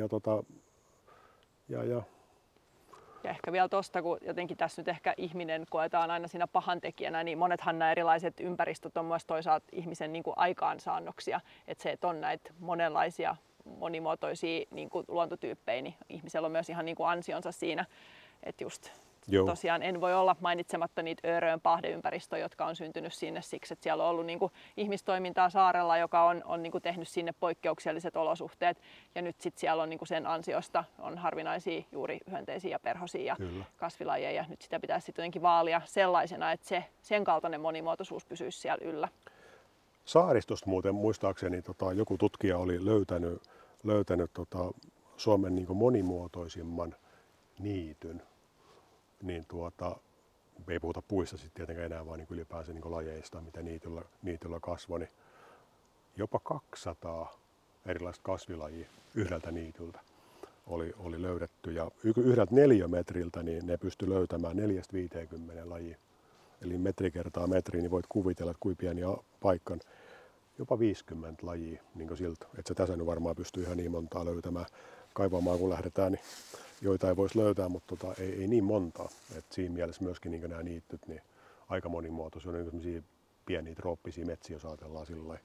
ja ehkä vielä tuosta, kun jotenkin tässä nyt ehkä ihminen koetaan aina siinä pahantekijänä, niin monethan nämä erilaiset ympäristöt on myös toisaalta ihmisen niin kuin aikaansaannoksia, että se, että on näitä monenlaisia monimuotoisia niin kuin luontotyyppejä, niin ihmisellä on myös ihan niin kuin ansionsa siinä, että just tosiaan en voi olla mainitsematta niitä Örön pahdeympäristöjä, jotka on syntynyt sinne siksi, että siellä on ollut niin kuin ihmistoimintaa saarella, joka on niin kuin tehnyt sinne poikkeukselliset olosuhteet. Ja nyt sitten siellä on niin kuin sen ansiosta on harvinaisia juuri hyönteisiä ja perhosia ja kasvilajeja. Ja nyt sitä pitäisi sitten jotenkin vaalia sellaisena, että sen kaltainen monimuotoisuus pysyisi siellä yllä. Saaristosta muuten muistaakseni joku tutkija oli löytänyt Suomen niin kuin monimuotoisimman niityn. Niin ei puhuta puista sitten tietenkään enää, vaan niin ylipäänsä niin lajeista, mitä niityllä kasvoi, niin jopa 200 erilaista kasvilajia yhdeltä niityltä oli löydetty. Ja yhdeltä 4 metriltä niin ne pystyi löytämään 4-50 lajia. Eli metri kertaa metri, niin voit kuvitella, että kuinka pieni paikan. jopa 50 lajia niin siltä. Et se tässä nyt varmaan pystyy ihan niin montaa löytämään. Kaivamaan kun lähdetään, niin joita ei voisi löytää, mutta ei niin montaa. Et siinä mielessä myöskin niin nämä niittyt, niin aika monimuotoisia. On niin pieniä trooppisia metsiä, jos ajatellaan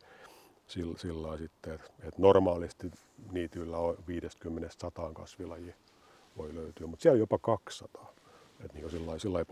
sillä sitten, että normaalisti niityillä on 50-100 kasvilajia voi löytyä, mutta siellä jopa 200. Että niin sillä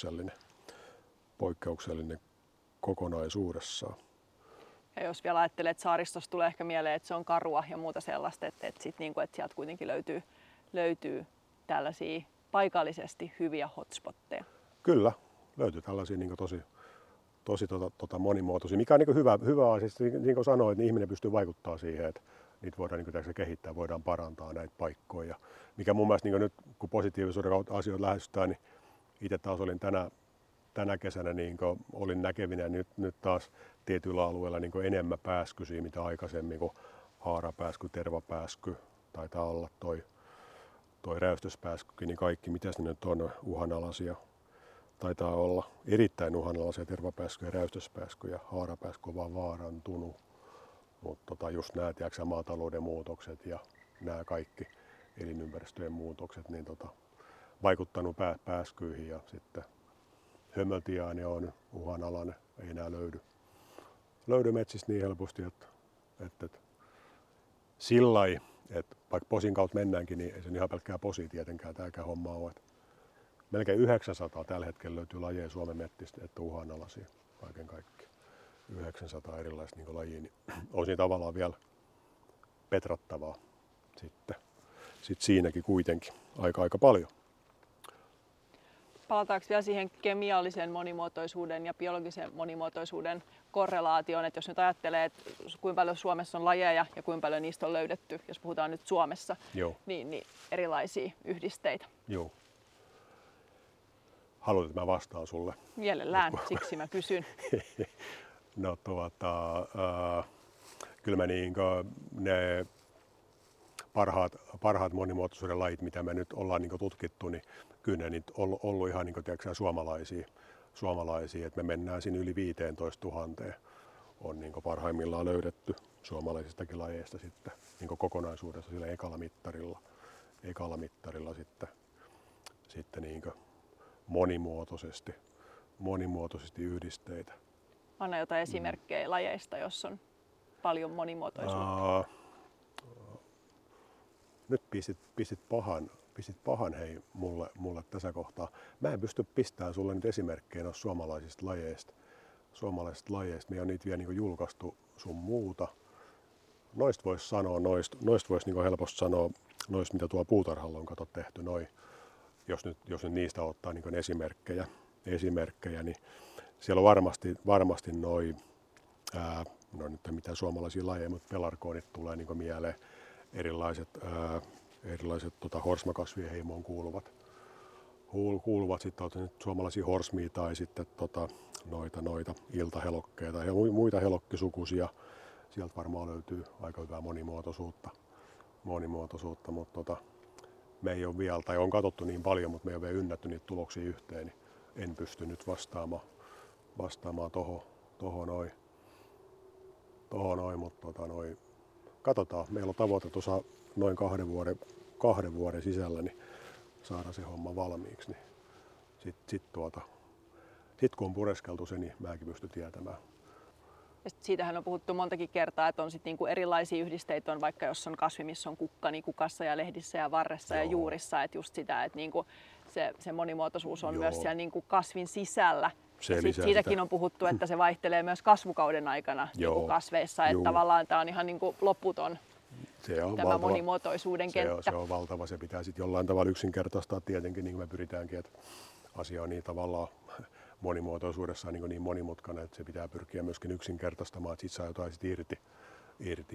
poikkeuksellinen kokonaisuudessaan. Ja jos vielä ajattelee, että saaristossa tulee ehkä mieleen, että se on karua ja muuta sellaista, että sieltä kuitenkin löytyy tällaisia paikallisesti hyviä hotspotteja. Kyllä, löytyy tällaisia niin tosi monimuotoisia, mikä on niin hyvä asia. Niin kuin sanoin, että ihminen pystyy vaikuttamaan siihen, että niitä voidaan niin kehittää, voidaan parantaa näitä paikkoja. Mikä mun mielestä niin nyt, kun positiivisuuden kautta asioita lähestytään, niin itse taas olin tänä kesänä niin olin näkevinä nyt taas tietyillä alueilla niin enemmän pääskysiä, mitä aikaisemmin, kuin haarapääsky, tervapääsky, taitaa olla toi räystyspääskykin, niin kaikki, mitä ne nyt on, uhanalaisia. Taitaa olla erittäin uhanalaisia tervapääsky ja räystyspääsky ja haarapääsky on vaan vaarantunut. Mutta just nämä maatalouden muutokset ja nämä kaikki elinympäristöjen muutokset niin vaikuttanut pääskyihin ja sitten hömöltiainen on uhanalainen, ei enää löydy metsistä niin helposti, että sillai, että vaikka posin kautta mennäänkin, niin ei se ihan pelkkää posia tietenkään tämäkään homma ole. Melkein 900 tällä hetkellä löytyy lajeja Suomen metsistä, että uhanalaisia kaiken kaikkiaan. 900 erilaista niin lajia, niin on siinä tavallaan vielä petrattavaa sitten siinäkin kuitenkin aika paljon. Palataanko vielä siihen kemiallisen monimuotoisuuden ja biologisen monimuotoisuuden korrelaatioon, että jos nyt ajattelee, että kuinka paljon Suomessa on lajeja ja kuinka paljon niistä on löydetty, jos puhutaan nyt Suomessa, niin erilaisia yhdisteitä. Joo. Haluat, että mä vastaan sulle? Mielellään, siksi mä kysyn. No kyllä mä ne parhaat monimuotoisuuden lajit, mitä me nyt ollaan tutkittu, niin kyllä ne on ollut ihan suomalaisia, että me mennään siinä yli 15 000 on parhaimmillaan löydetty suomalaisistakin lajeista sitten kokonaisuudessa sillä ekalla mittarilla sitten monimuotoisesti yhdisteitä. Anna jotain esimerkkejä lajeista, jos on paljon monimuotoisuutta. Nyt pistit pahan hei mulle tässä kohtaa. Mä en pysty pistämään sulle nyt esimerkkejä noista suomalaisista lajeista. Me ei ole niitä vielä julkaistu sun muuta. Noista voisi sanoa, noista voisi helposti sanoa, noista mitä tuo puutarhalla on tehty, jos nyt niistä ottaa esimerkkejä, niin siellä on varmasti no nyt mitä suomalaisia lajeja, mutta pelarkoonit tulee mieleen, erilaiset horsmakasvien heimoon kuuluvat sitten suomalaisia horsmia tai sitten noita iltahelokkeita ja muita helokkisukuisia. Sieltä varmaan löytyy aika hyvää monimuotoisuutta, mutta me ei ole vielä, tai on katsottu niin paljon, mutta me ei ole vielä ynnätty niitä tuloksia yhteen, niin en pysty nyt vastaamaan tohon noin, mutta katsotaan. Meillä on tavoite tuossa noin 2 vuoden sisällä niin saada se homma valmiiksi. Niin sit kun on pureskeltu se, niin mäkin pystyn tietämään. Ja siitähän on puhuttu montakin kertaa, että on sit niinku erilaisia yhdisteitä, on vaikka jos on kasvi, missä on kukka, niin kukassa ja lehdissä ja varressa ja juurissa, että just sitä, että niinku se monimuotoisuus on myös siellä niinku kasvin sisällä. Siitäkin on puhuttu, että se vaihtelee myös kasvukauden aikana niinku kasveissa, että tavallaan tämä on ihan niinku loputon tämä monimuotoisuuden kenttä. Se on valtava, se pitää sitten jollain tavalla yksinkertaistaa tietenkin, niin kuin me pyritäänkin, että asia on niin tavallaan monimuotoisuudessaan niin monimutkainen, että se pitää pyrkiä myöskin yksinkertaistamaan, että siitä saa jotain irti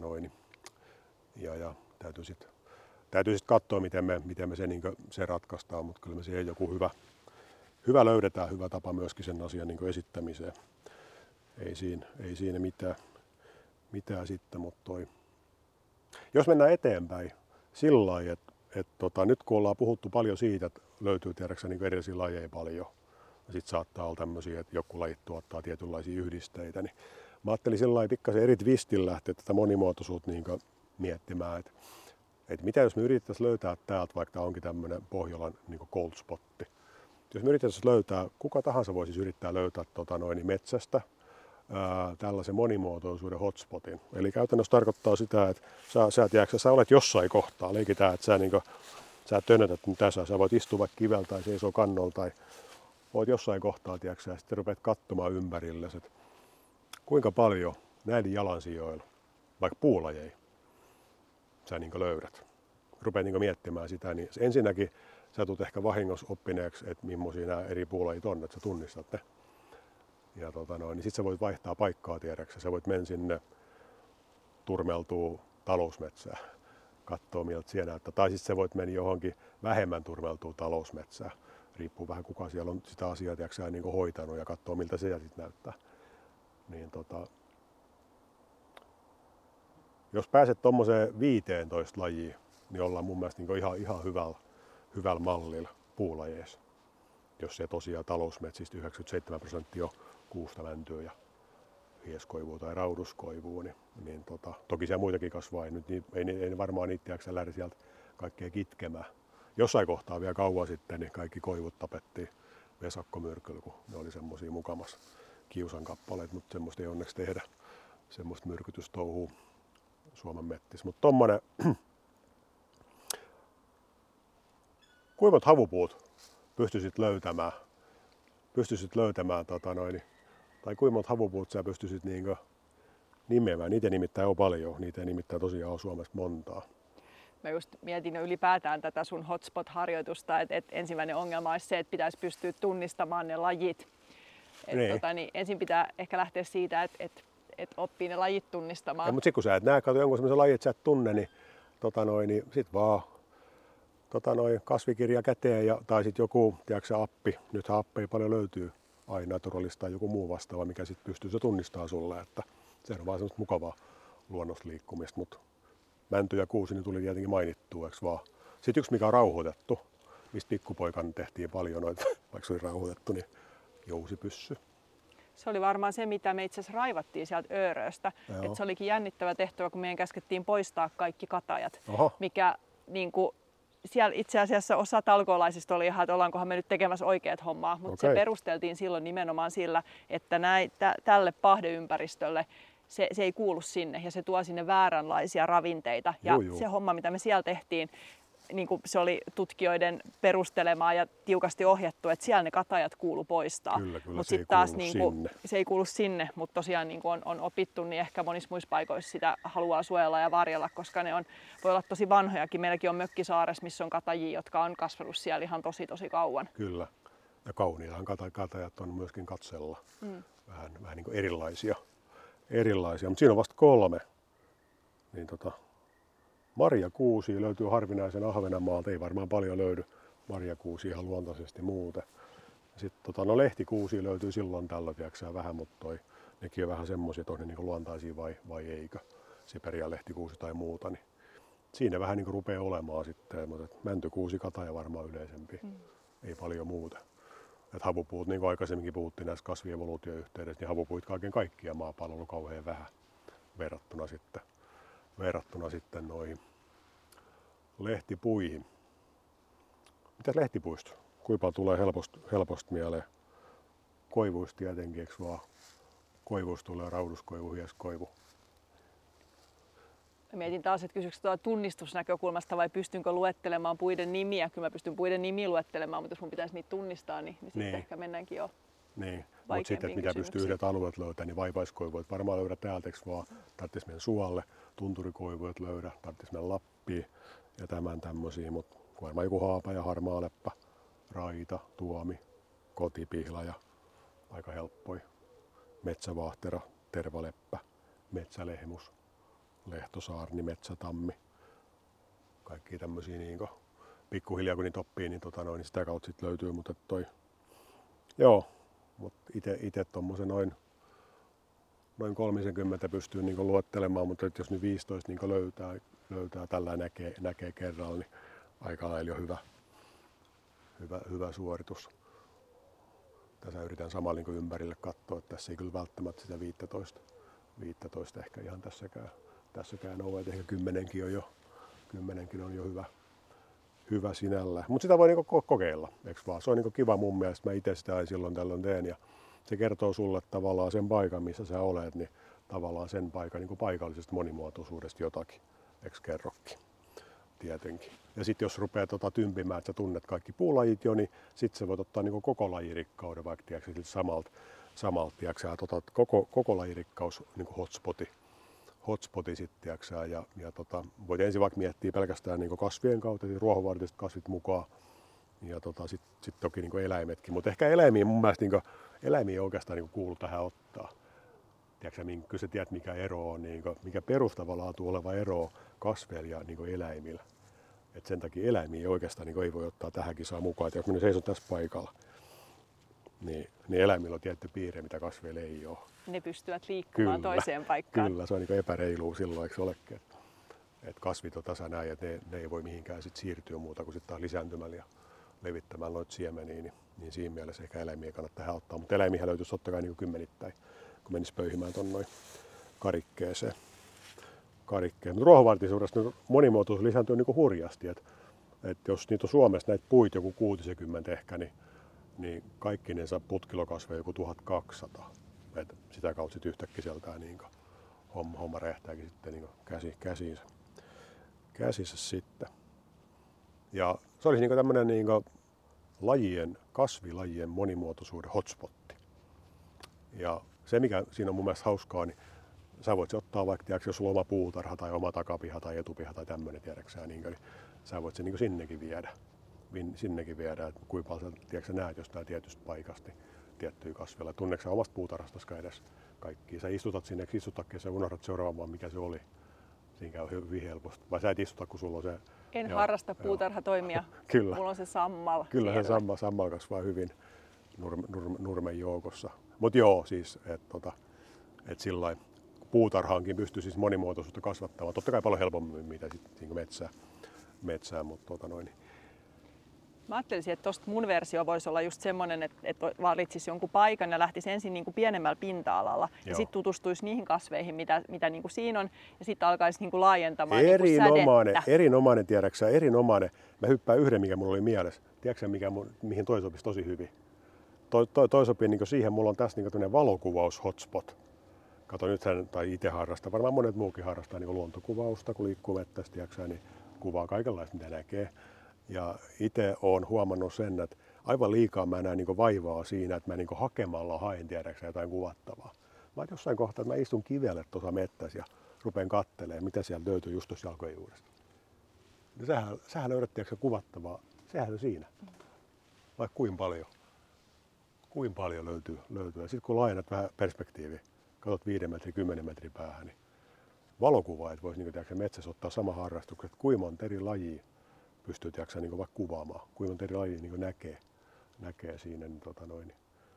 ja täytyy sitten katsoa, miten me se ratkaistaan, mutta kyllä me siihen joku hyvä löydetään, hyvä tapa myöskin sen asian esittämiseen. Ei siinä mitään sitten, mutta jos mennään eteenpäin sillä lailla, että nyt kun ollaan puhuttu paljon siitä, että löytyy erillisiä lajeja paljon, ja sitten saattaa olla tämmöisiä, että joku lajit tuottaa tietynlaisia yhdisteitä, niin mä ajattelin sillä lailla pikkasen eri twistin lähteä tätä monimuotoisuutta niin miettimään, että mitä jos me yritettäisiin löytää täältä, vaikka tämä onkin tämmöinen Pohjolan niin cold spotti. Jos me yritettäisiin löytää, kuka tahansa voi siis yrittää löytää metsästä tällaisen monimuotoisuuden hotspotin. Eli käytännössä tarkoittaa sitä, että sä olet jossain kohtaa, leikitään, että sä tönötät tässä, sä voit istua vaikka kivellä tai seisoo kannolla tai voit jossain kohtaa, ja sitten rupeat katsomaan ympärillesi, että kuinka paljon näiden jalansijoilla, vaikka puulajeja, sä löydät. Rupeat miettimään sitä, niin ensinnäkin sä tulet ehkä vahingossa oppineeksi, että millaisia nämä eri puulajit on, että sä tunnistat ne. Ja niin sit sä voit vaihtaa paikkaa tiedäksä. Sä voit mennä sinne turmeltuu talousmetsään, katsoa miltä siellä näyttää. Tai sitten sä voit mennä johonkin vähemmän turmeltuu talousmetsään. Riippuu vähän kuka siellä on sitä asiaa hoitanut ja katsoa miltä se sitten näyttää. Niin, jos pääset tommoseen 15 lajiin, niin ollaan mun mielestä ihan hyvällä mallilla puulajeissa. Jos se tosiaan talousmetsistä 97% on kuusta mäntyä ja hieskoivua tai rauduskoivua, niin toki siellä muitakin kasvaa. Ei varmaan itseäkseen lähde sieltä kaikkea kitkemään. Jossain kohtaa vielä kauan sitten niin kaikki koivut tapettiin vesakkomyrkyllä, kun ne oli semmosia mukamas kiusan kappaleet, mutta semmoista ei onneksi tehdä. Semmoista myrkytystouhua Suomen mettissä. Mutta tommonen kuivat havupuut pystyisit löytämään tai kuinka monta havupuut sä pystyisit nimeämään. Niitä nimittäin on paljon, niitä ei nimittäin tosiaan ole Suomessa montaa. Mä just mietin ylipäätään tätä sun hotspot-harjoitusta, että ensimmäinen ongelma olisi se, että pitäisi pystyä tunnistamaan ne lajit. Niin ensin pitää ehkä lähteä siitä, että oppii ne lajit tunnistamaan. Mutta sitten kun sä et näe jonkun sellaisen lajin, että sä et tunne, niin sit vaan kasvikirja käteen tai sitten joku appi. Nythän appeja paljon löytyy, iNaturalista tai joku muu vastaava, mikä sitten pystyy se tunnistaa sulle, että se on vaan semmoista mukavaa luonnosta liikkumista. Mutta mänty ja kuusi niin tuli tietenkin mainittua, eikö vaan? Sitten yksi mikä on rauhoitettu, mistä pikkupoikana tehtiin paljon noita, vaikka se oli rauhoitettu, niin jousipyssy. Se oli varmaan se, mitä me itse asiassa raivattiin sieltä Ööröstä. Et se olikin jännittävä tehtävä, kun meidän käskettiin poistaa kaikki katajat, mikä siellä itse asiassa osa talkoolaisista oli ihan, että ollaankohan me nyt tekemässä oikeat hommaa, mutta se perusteltiin silloin nimenomaan sillä, että tälle pahdeympäristölle se ei kuulu sinne ja se tuo sinne vääränlaisia ravinteita. Ja se homma, mitä me siellä tehtiin, niin kuin se oli tutkijoiden perustelemaa ja tiukasti ohjattu, että siellä ne katajat kuulu poisistaa. Kyllä, mutta sitten taas se ei kuulu sinne, mutta tosiaan niin kuin on opittu, niin ehkä monissa muissa paikoissa sitä haluaa suojella ja varjella, koska ne voi olla tosi vanhojakin. Meilläkin on mökkisaaressa, missä on katajia, jotka on kasvanut siellä ihan tosi kauan. Kyllä, ja kauniitahan katajat on myöskin katsella. Vähän niin kuin erilaisia, mutta siinä on vasta 3. Niin marjakuusia löytyy harvinaisen Ahvenanmaalta, ei varmaan paljon löydy marjakuusia ihan luontaisesti muuten. Sitten lehtikuusia löytyy silloin tällä vähän, mutta nekin on vähän semmoisia, että on ne niin luontaisia vai eikö. Siperia lehtikuusi tai muuta, niin siinä vähän niin rupeaa olemaan sitten, mutta mäntykuusi, kataja varmaan yleisempi, ei paljon muuta. Et havupuut, niin kuin aikaisemminkin puhuttiin näissä kasvievoluutioyhteydessä, niin havupuit kaiken kaikkiaan maapallolla on kauhean vähän verrattuna sitten noihin lehtipuihin. Mitäs lehtipuista? Kuinka tulee helposti mieleen? Koivuista tietenkin, eikö vaan? Koivuista tulee rauduskoivu, hieskoivu. Mä mietin taas, että kysyykö tunnistusnäkökulmasta vai pystynkö luettelemaan puiden nimiä? Kyllä mä pystyn puiden nimiä luettelemaan, mutta jos mun pitäisi niitä tunnistaa, niin sitten ehkä mennäänkin jo. Niin, mutta sitten mitä pystyy yhdet alueet löytämään, niin vaipaiskoivuet varmaan löydä täältä, vaan tarvitsisi mennä Suolle, tunturikoivuet löydä, tarvitsisi mennä Lappiin ja tämmöisiä, mutta varmaan joku haapa ja harmaaleppä, raita, tuomi, kotipihlaja, aika helppoi, metsävaahtera, tervaleppä, metsälehmus, lehtosaarni, metsätammi, kaikki tämmöisiä niin pikkuhiljaa kun niitä oppii, niin, niin sitä kautta sit löytyy, mutta mutta itse tuommoisen noin 30 pystyy niin luettelemaan, mutta jos nyt 15 niin löytää tällä näkee kerralla, niin aika lailla jo hyvä suoritus. Tässä yritän samalla niin ympärille katsoa, että tässä ei kyllä välttämättä sitä 15 ehkä ihan tässäkään ole, että ehkä 10 on jo hyvä sinällä. Mutta sitä voi niinku kokeilla, eikö vaan? Se on niinku kiva mun mielestä, mä itse sitä silloin tällöin teen ja se kertoo sulle tavallaan sen paikan, missä sä olet, niin tavallaan sen paikan niinku paikallisesta monimuotoisuudesta jotakin, eikö kerrokin? Tietenkin. Ja sitten jos rupeat tympimään, että sä tunnet kaikki puulajit jo, niin sitten sä voit ottaa niinku koko lajirikkauden, vaikka tiedätkö, samalta tiedätkö, koko lajirikkaus niinku hotspoti sitten, tiedätkö, ja voit ensin vaikka miettiä pelkästään niinku kasvien kautta, eli ruohonvartiset kasvit mukaan, ja sitten toki niinku eläimetkin, mutta ehkä eläimiä mun mielestä niinku, eläimiä ei oikeastaan niinku kuulu tähän ottaa. Tiedätkö, kyllä sä tiedät mikä ero on, niinku, mikä perustavaa laatua oleva ero kasveilla ja niinku eläimillä. Et sen takia eläimiä ei oikeastaan niinku, ei voi ottaa tähän kisaan mukaan. Et jos minä seison tässä paikalla, niin eläimillä on tietty piirre, mitä kasveilla ei ole. Ne pystyvät liikkumaan toiseen paikkaan. Kyllä, se on niinku epäreilua silloin, eikö se olekin? Et kasvit on tasa näin, että ne ei voi mihinkään sit siirtyä muuta kuin sitten lisääntymällä ja levittämällä noita siemeniä, niin siinä mielessä ehkä eläimiä kannattaa tähän ottaa. Mutta eläimiä löytyisi totta kai niinku kymmenittäin, kun menisi pöyhimään tuon noin karikkeeseen. Mutta ruohonvartisuudessa monimuotoisuus lisääntyy niinku hurjasti. Et jos niitä on Suomessa näitä puita joku 60 ehkä, niin kaikkinensa putkilokasveja joku 1200. Et sitä kautta sit yhtäkkiä sieltä niin homma räjähtääkin sitten niin käsissä sitten. Ja se olisi niin tämmöinen niin kasvilajien monimuotoisuuden hotspotti. Ja se mikä siinä on mun mielestä hauskaa, niin sä voit ottaa vaikka, tiedätkö, jos sulla on oma puutarha tai oma takapiha tai etupiha tai tämmöinen, tiedätkö, niin sä voit sen niin sinnekin viedä. Että kuinka paljon sä näet jostain tietystä paikasta tiettyjä kasveja. Tunneeko sä omasta puutarhastasi edes kaikkia? Sä istutat sinne, istutakin ja unohdat seuraamaan, mikä se oli. Siinä käy hyvin helposti. Vai sä et istuta, kun sulla on se... En harrasta puutarhatoimia. Kyllä. Mulla on se sammal. Kyllä siellä. Se sammal kasvaa hyvin nurmen joukossa. Mutta joo, siis, että sillä puutarhaankin pystyy siis monimuotoisuutta kasvattamaan. Totta kai paljon helpommin mitä sitten metsää, mutta Mä ajattelisin, että tuosta mun versio voisi olla just semmoinen, että valitsisi jonkun paikan ja lähtisi ensin niin kuin pienemmällä pinta-alalla. Ja sitten tutustuisi niihin kasveihin, mitä niin kuin siinä on. Ja sitten alkaisi niin kuin laajentamaan sädettä. Erinomainen, tiedäksä, erinomainen. Mä hyppään yhden, mikä mulla oli mielessä. Tiedätkö mihin toi sopisi tosi hyvin? Toi sopii niin siihen, mulla on tässä niin valokuvaus hotspot. Kato nythän, tai itse harrastaa, varmaan monet muukin harrastaa niin luontokuvausta, kun liikkuu mettässä, tiedätkö, niin kuvaa kaikenlaista, mitä näkee. Ja itse olen huomannut sen, että aivan liikaa mä näen niin vaivaa siinä, että mä niin hakemalla haen tiedäksä jotain kuvattavaa. Mä jossain kohtaa, että mä istun kivelle tuossa mettässä ja rupean katselemaan, mitä sieltä löytyy just tuossa jalkojen juuresta. Sähän löydät tiedäksä kuvattavaa, sehän on siinä. Vaikka kuinka paljon löytyy. Ja sitten kun laajennat vähän perspektiiviä, katsot 5 metrin, 10 metrin päähän, niin valokuvaa, että voisi niin metsässä ottaa sama harrastukset, että kuinka monta eri lajia pystyy niin vaikka kuvaamaan, kuinka monta eri lajia niin näkee siinä. Niin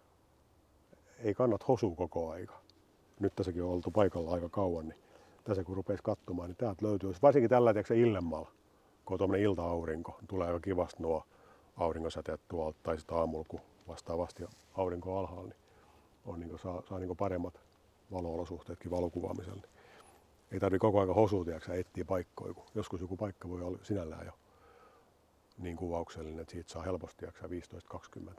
ei kannata hosua koko aika. Nyt tässäkin on oltu paikalla aika kauan, niin tässä kun rupeaisi katsomaan, niin täältä löytyy, varsinkin tällä illemmalla, kun on tuommoinen ilta-aurinko, tulee aika kivasti nuo aurinkosäteet tuolta, tai sitten aamulla, kun vastaavasti aurinko on alhaalla, niin on, niin saa niin paremmat valo-olosuhteetkin valokuvaamiselle. Niin ei tarvitse koko ajan hosua etsiä paikkoja, kun joskus joku paikka voi olla sinällään jo niin kuvauksellinen, että siitä saa helposti 15-20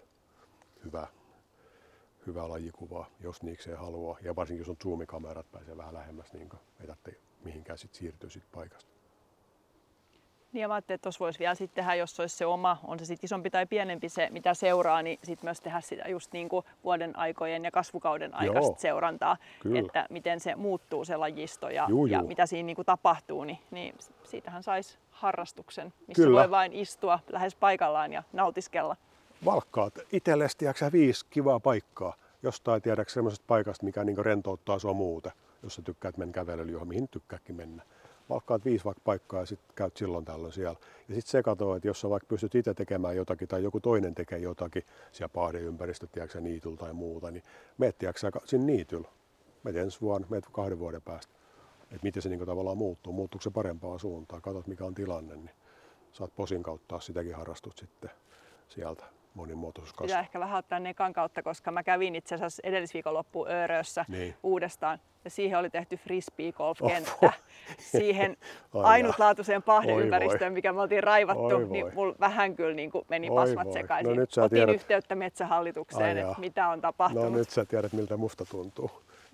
hyvää lajikuvaa, jos niikseen haluaa. Ja varsinkin jos on zoomikamerat, pääsee vähän lähemmäs, niin ei tarvitse mihinkään siirtyä siitä paikasta. Niin ja mä ajattelin, että tuossa voisi vielä sitten tehdä, jos olisi se oma, on se sitten isompi tai pienempi se, mitä seuraa, niin sitten myös tehdä sitä just niin kuin vuoden aikojen ja kasvukauden aikaista seurantaa, kyllä, että miten se muuttuu se lajisto ja mitä siinä niin kuin tapahtuu, niin siitähän saisi harrastuksen, missä kyllä voi vain istua lähes paikallaan ja nautiskella. Valkkaat itsellesi 5 kivaa paikkaa, jostain tiedäksä semmoisesta paikasta, mikä niin rentouttaa sua muuta, jos sä tykkäät mennä kävelyllä johon, mihin tykkääkin mennä. Valkkaat 5 vaikka paikkaa ja sitten käyt silloin tällöin siellä. Ja sitten se katsoo, että jos sä vaikka pystyt itse tekemään jotakin tai joku toinen tekee jotakin siellä pahdeympäristöt, tiedätkö niityllä tai muuta, niin meet sinne niityllä. Meet ensi vuonna, meet 2 vuoden päästä. Että miten se niin tavallaan muuttuu. Muuttuuko se parempaan suuntaan? Katsot mikä on tilanne, niin saat posin kautta sitäkin harrastut sitten sieltä. monimuotoisuuskasvu. Pitää ehkä vähän ottaa Nekan kautta, koska mä kävin itse asiassa edellisviikonloppuun Örössä uudestaan. Ja siihen oli tehty frisbee-golf-kenttä siihen ainutlaatuiseen pahdeympäristöön, mikä me oltiin raivattu, niin mulla vähän kyllä niin kuin meni pasmat sekaisin. Otin yhteyttä Metsähallitukseen, että mitä on tapahtunut. No nyt sä tiedät, miltä musta tuntuu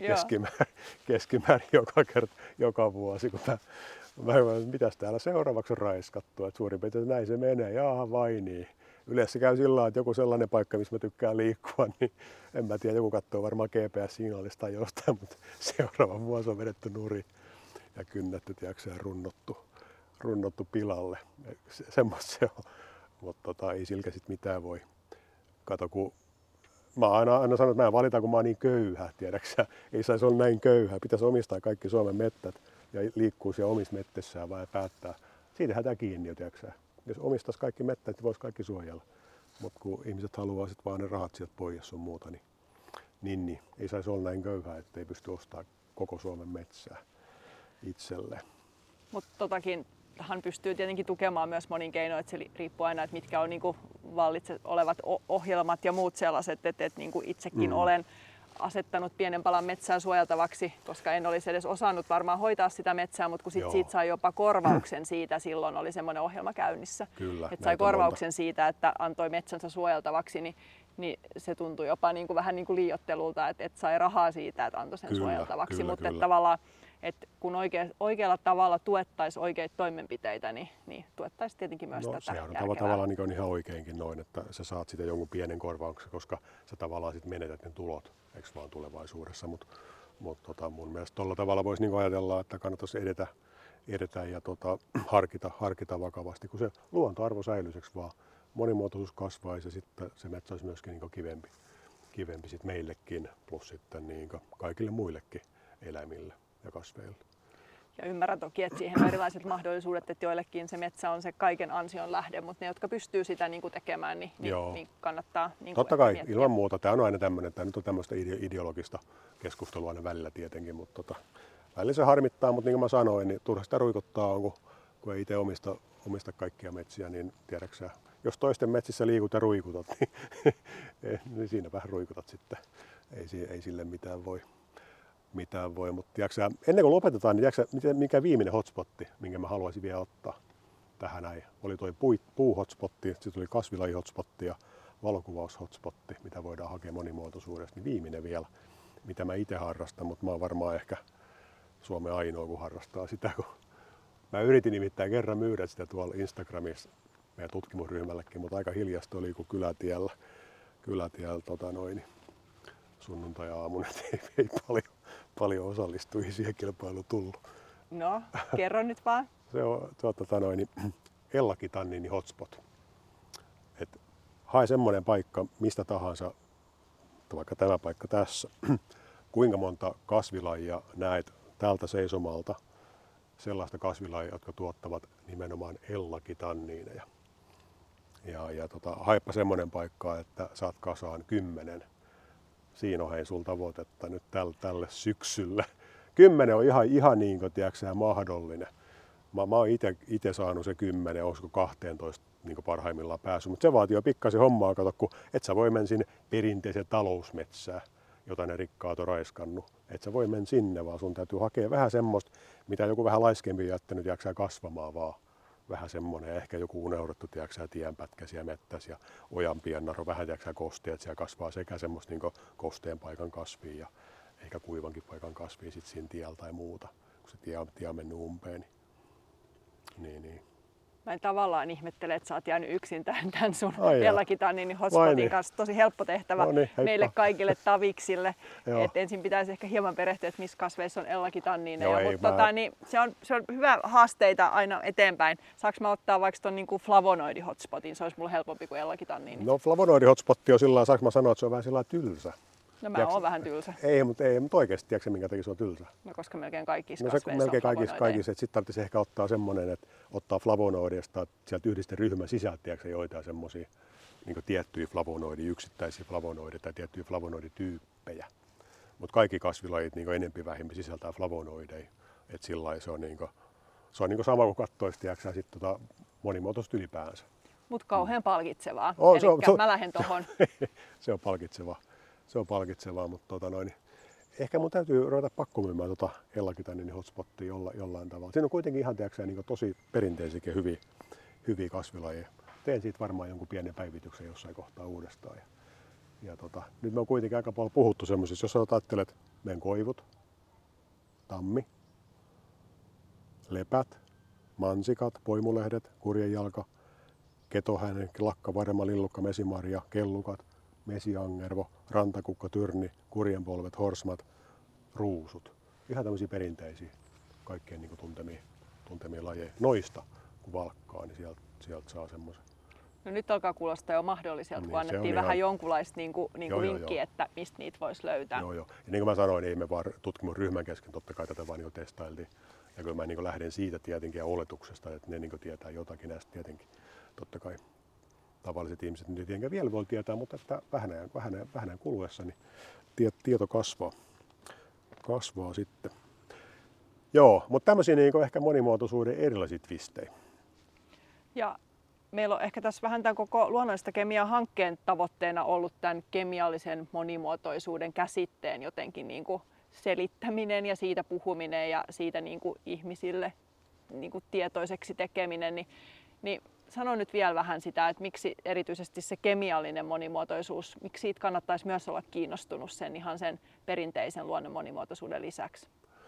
keskimäärin joka vuosi, kun mitäs täällä seuraavaksi on raiskattu, että suurin piirtein näin se menee, jaaha vai niin. Yleensä käy sillä lailla, että joku sellainen paikka, missä mä tykkään liikkua, niin en mä tiedä, joku katsoo varmaan GPS-signaalista tai jostain, mutta seuraava vuosi on vedetty nurin ja kynnetty, tiedätkö, runnottu pilalle. Semmoista se on, mutta ei silkä sit mitään voi. Kato, kun mä aina sanon, että mä en valita, kun mä oon niin köyhä, tiedäksä. Ei saisi olla näin köyhä. Pitäisi omistaa kaikki Suomen mettät ja liikkuu siellä omissa mettässään vai päättää. Siitähän tämä kiinni jo, tiedäksä. Jos omistaisi kaikki mettät, niin voisi kaikki suojella. Mutta kun ihmiset haluaa sit vaan ne rahat sieltä pois sun muuta, niin ei saisi olla näin köyhää, ettei pysty ostamaan koko Suomen metsää itselleen. Mutta totakinhan pystyy tietenkin tukemaan myös monin keinoin, että se riippuu aina, että mitkä on niinku vallitse olevat ohjelmat ja muut sellaiset, että niinku itsekin olen asettanut pienen palan metsää suojeltavaksi, koska en olisi edes osannut varmaan hoitaa sitä metsää, mutta kun siitä sai jopa korvauksen siitä, silloin oli semmoinen ohjelma käynnissä, että sai korvauksen siitä, että antoi metsänsä suojeltavaksi, niin se tuntui jopa niin kuin, vähän niin kuin liioittelulta, että sai rahaa siitä, että antoi sen suojeltavaksi, mutta tavallaan että kun oikealla tavalla tuettaisiin oikeita toimenpiteitä, niin tuettaisiin tietenkin myös tätä järkevää. No tavallaan niin on ihan oikeinkin noin, että sä saat sitä jonkun pienen korvauksen, koska sä tavallaan sit menetät ne tulot, eikö vaan tulevaisuudessa. Mutta mun mielestä tuolla tavalla voisi niin ajatella, että kannattaisi edetä ja harkita vakavasti, kun se luontoarvo säilyiseksi vaan. Monimuotoisuus kasvaisi ja sitten se metsä olisi myöskin niin kivempi sit meillekin, plus sitten niin kaikille muillekin eläimille ja kasveille. Ja ymmärrän toki, että siihen on erilaiset mahdollisuudet, että joillekin se metsä on se kaiken ansion lähde, mutta ne, jotka pystyy sitä niin kuin tekemään, niin kannattaa niin totta kai, miettiä. Ilman muuta. Tämä on aina tämmöinen, tämä nyt on tämmöistä ideologista keskustelua aina välillä tietenkin, mutta välillä se harmittaa, mutta niin kuin mä sanoin, niin turha sitä ruikuttaa on, kun ei itse omista kaikkia metsiä, niin tiedäksä, jos toisten metsissä liikut ja ruikutat, niin siinä vähän ruikutat sitten. Ei sille mitään voi. Mutta tiiäksä, ennen kuin lopetetaan, niin tiiäksä, mikä viimeinen hotspotti, minkä mä haluaisin vielä ottaa tähän näin, oli toi puu-hotspotti, sitten tuli kasvilaji-hotspotti ja valokuvaus-hotspotti, mitä voidaan hakea monimuotoisuudesta, niin viimeinen vielä, mitä mä itse harrastan, mutta mä oon varmaan ehkä Suomen ainoa, kun harrastaa sitä, kun mä yritin nimittäin kerran myydä sitä tuolla Instagramissa meidän tutkimusryhmällekin, mutta aika hiljasta oli, kun kylätiellä sunnuntai-aamuna, ei paljon osallistujia kilpailu tullut. No, kerro nyt vaan. Se on Ellakitannini hotspot. Et hae semmoinen paikka mistä tahansa, vaikka tämä paikka tässä, kuinka monta kasvilajia näet tältä seisomalta, sellaista kasvilajia, jotka tuottavat nimenomaan ellakitanniineja. Haepa semmoinen paikka, että saat kasaan 10. Siinä on sul tavoitetta nyt tälle syksylle. 10 on ihan niin kuin tiedätkö, mahdollinen. Mä oon itse saanut se 10, olisiko 12 niin parhaimmillaan päässyt. Mutta se vaatii jo pikkasen hommaa, kato, kun et sä voi mennä sinne perinteiseen talousmetsään, jota ne rikkaat on raiskannut. Et sä voi mennä sinne, vaan sun täytyy hakea vähän semmoista, mitä joku vähän laiskempi jättänyt jaksaa kasvamaan vaan. Vähän semmoinen, ehkä joku unohdettu tienpätkä siellä mettässä ja ojanpiennaro, vähän kosteet, siellä kasvaa sekä semmoista niin kosteen paikan kasvia ja ehkä kuivankin paikan kasvia sit siinä tiellä tai muuta, kun se tie on mennyt umpeen. Niin. Mä en tavallaan ihmettele, että sä oot jäänyt yksin tämän sun Ellakitannini hotspotin kanssa. Tosi helppo tehtävä meille kaikille taviksille. Et ensin pitäisi ehkä hieman perehtyä, että missä kasveissa on Ellakitannineja. Mutta se on hyvä haasteita aina eteenpäin. Saanko mä ottaa vaikka ton niinku flavonoidi-hotspotin? Se olisi mulle helpompi kuin Ellakitannini. No flavonoidi-hotspotti on sillä, saanko mä sanoa, että se on vähän sillä tylsä? No mä oon vähän tylsä. Ei, mutta oikeasti tiedätkö minkä takia se on tylsä? No koska melkein kaikissa kasveissa melkein kaikissa. Sitten tarvitsisi ehkä ottaa semmoinen, että ottaa flavonoidista sieltä yhdisten ryhmän sisältä, tiedätkö joitain semmoisia niin tiettyjä yksittäisiä flavonoideja tai tiettyjä flavonoidityyppejä. Mutta kaikki kasvilajit niin enempi vähempi sisältää flavonoideja. Et sillä se on, se on sama kuin katsoisi, tiedätkö, monimuotoista ylipäänsä. Mutta kauhean palkitsevaa. Eli mä lähden tohon. Se on palkitsevaa, mutta ehkä mun täytyy ruveta pakkomyymään Ellakitanin hotspottia jollain tavalla. Siinä on kuitenkin ihan niin tosi perinteisiä hyviä kasvilajeja. Teen siitä varmaan jonkun pienen päivityksen jossain kohtaa uudestaan. Ja nyt me on kuitenkin aika paljon puhuttu semmoisissa, jos ajattelet meidän koivut, tammi, lepät, mansikat, poimulehdet, kurjenjalka, ketohänen, lakka, varma, lillukka, mesimarja, kellukat, mesiangervo, rantakukka, tyrni, kurjenpolvet, horsmat, ruusut. Ihan tämmöisiä perinteisiä, kaikkien niin tuntemia lajeja. Noista, kun valkkaa, niin sieltä saa semmoisen. No nyt alkaa kuulostaa jo mahdolliselta, kun annettiin vähän jonkunlaista vinkkiä, että mistä niitä voisi löytää. Joo. Ja niin kuin mä sanoin, ei me vaan tutkimusryhmän kesken totta kai tätä vaan testailtiin. Ja kyllä mä lähden siitä tietenkin ja oletuksesta, että ne tietää jotakin näistä tietenkin. Totta kai tavalliset ihmiset nyt tietenkään vielä voi tietää, mutta että vähän kuluessa niin tieto kasvaa sitten. Joo, mutta tämmöisiä ehkä monimuotoisuuden erilaisia twistejä. Ja meillä on ehkä tässä vähän tämän koko luonnollista kemiaa hankkeen tavoitteena ollut tämän kemiallisen monimuotoisuuden käsitteen jotenkin selittäminen ja siitä puhuminen ja siitä ihmisille tietoiseksi tekeminen. Niin sano nyt vielä vähän sitä, että miksi erityisesti se kemiallinen monimuotoisuus, miksi siitä kannattaisi myös olla kiinnostunut sen perinteisen luonnon monimuotoisuuden lisäksi?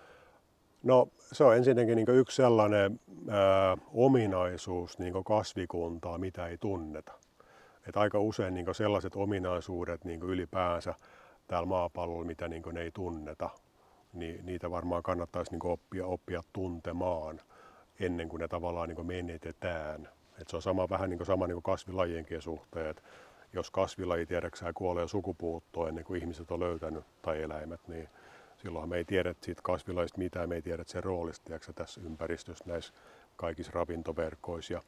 No se on ensinnäkin yksi sellainen ominaisuus kasvikuntaa, mitä ei tunneta. Et aika usein sellaiset ominaisuudet ylipäänsä täällä maapallolla, mitä ne ei tunneta, niin niitä varmaan kannattaisi oppia tuntemaan ennen kuin ne tavallaan menetetään. Et se on sama kasvilajienkin suhteen, että jos kasvilaji tiedäksään kuolee sukupuuttoon ennen kuin ihmiset on löytänyt tai eläimet, niin silloin me ei tiedä siitä kasvilajista mitään, me ei tiedä sen roolista tässä ympäristössä näissä kaikissa ravintoverkoissa.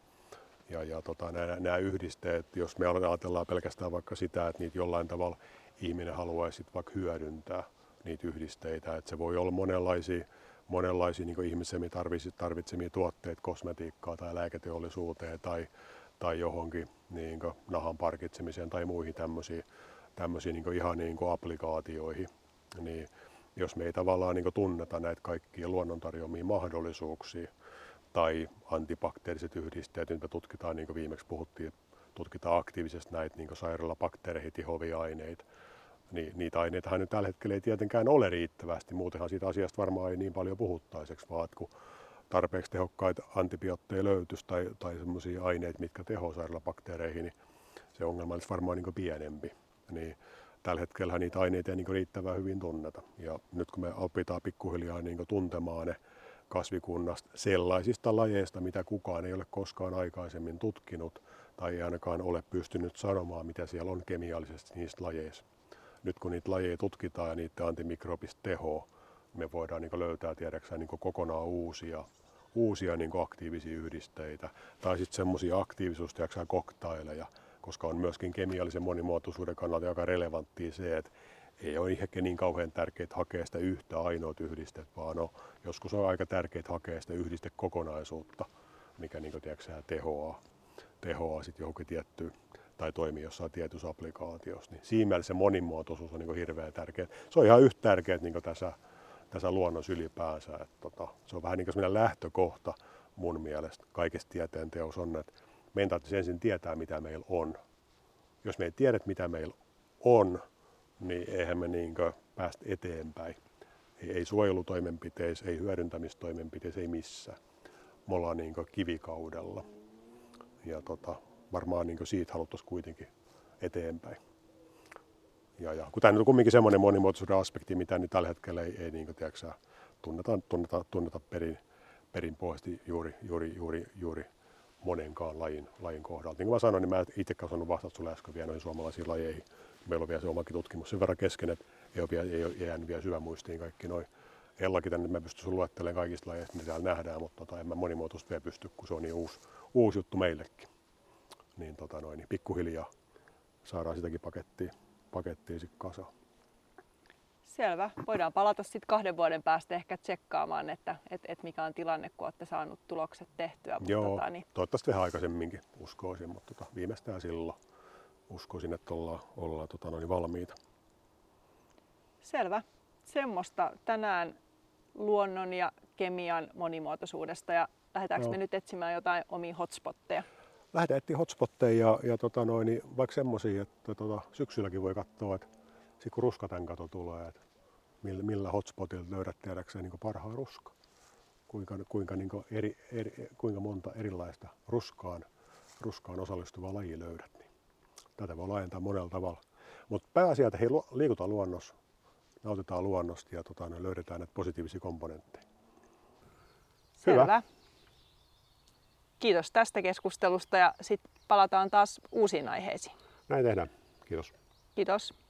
Nämä yhdisteet, jos me ajatellaan pelkästään vaikka sitä, että niitä jollain tavalla ihminen haluaisi vaikka hyödyntää niitä yhdisteitä, että se voi olla monenlaisia ihmisen tarvitsemia tuotteita kosmetiikkaa tai lääketeollisuuteen tai johonkin nahan parkitsemiseen tai muihin tämmöisiin ihan applikaatioihin. Niin jos me ei tavallaan tunneta näitä kaikkia luonnon tarjoamia mahdollisuuksia tai antibakteeriset yhdisteet, nyt me tutkitaan, niin kuin viimeksi puhuttiin, tutkitaan aktiivisesti näitä sairaalabakteereihin tihoavia aineita, niin niitä aineitahan nyt tällä hetkellä ei tietenkään ole riittävästi. Muutenhan siitä asiasta varmaan ei niin paljon puhuttaiseksi, vaan kun tarpeeksi tehokkaita antibiootteja löytyisi tai sellaisia aineita, mitkä tehoaa sairaalabakteereihin, niin se ongelma olisi varmaan pienempi. Niin tällä hetkellä niitä aineita ei riittävän hyvin tunneta. Ja nyt kun me opitaan pikkuhiljaa tuntemaan ne kasvikunnasta sellaisista lajeista, mitä kukaan ei ole koskaan aikaisemmin tutkinut tai ei ainakaan ole pystynyt sanomaan, mitä siellä on kemiallisesti niistä lajeista. Nyt kun niitä lajeja tutkitaan ja niiden antimikrobista tehoa, me voidaan löytää tiedäksään kokonaan uusia aktiivisia yhdisteitä tai sitten semmoisia aktiivisuustiedäksään koska on myöskin kemiallisen monimuotoisuuden kannalta aika relevanttia se, että ei ole ehkä niin kauhean tärkeää hakea sitä yhtä ainoa yhdistettä, vaan joskus on aika tärkeää hakea sitä yhdistekokonaisuutta, mikä tehoaa sitten johonkin tiettyyn tai toimii jossain tietyssä applikaatiossa. Niin siinä mielessä se monimuotoisuus on hirveän tärkeää. Se on ihan yhtä tärkeää tässä luonnossa ylipäänsä. Että se on vähän sellainen lähtökohta mun mielestä kaikesta tieteenteossa on, että meidän täytyisi ensin tietää, mitä meillä on. Jos me ei tiedä, mitä meillä on, niin eihän me päästä eteenpäin. Ei suojelutoimenpiteissä, ei hyödyntämistoimenpiteissä, ei missään. Me ollaan kivikaudella. Ja varmaan siitä haluttaisiin kuitenkin eteenpäin. Ja kun tämä on kuitenkin semmoinen monimuotoisuuden aspekti, mitä niin tällä hetkellä ei tunneta perinpohjaisesti juuri monenkaan lajin kohdalta. Niin kuin mä sanoin, niin mä itse osannut vastata sulle äsken vielä noihin suomalaisiin lajeihin. Meillä on vielä se omakin tutkimus sen verran kesken, että ei jäänyt vielä syvämuistiin kaikki noin. Ellakin mä pystyn luettelemaan kaikista lajeista, mitä täällä nähdään, mutta en mä monimuotoisesti vielä pysty, kun se on niin uusi juttu meillekin. Niin, pikkuhiljaa saadaan sitäkin pakettia sitten kasaan. Selvä. Voidaan palata sitten 2 vuoden päästä ehkä tsekkaamaan, että mikä on tilanne, kun olette saanut tulokset tehtyä. Joo, toivottavasti vähän aikaisemminkin uskoisin, mutta viimeistään silloin uskoisin, että ollaan valmiita. Selvä. Semmoista tänään luonnon ja kemian monimuotoisuudesta, ja lähdetäänkö me nyt etsimään jotain omia hotspotteja? Lähdetään etsiä hotspotteja ja vaikka semmoisia, että syksylläkin voi katsoa, että kun ruskatankato tulee, että millä hotspotilta löydät tiedäkseen niin parhaan ruska. Kuinka monta erilaista ruskaan osallistuvaa lajia löydät. Niin tätä voi laajentaa monella tavalla. Mutta pääasia, että liikutaan luonnossa, nautitaan luonnosta ja löydetään näitä positiivisia komponentteja. Selvä. Hyvä. Kiitos tästä keskustelusta ja sitten palataan taas uusiin aiheisiin. Näin tehdään. Kiitos. Kiitos.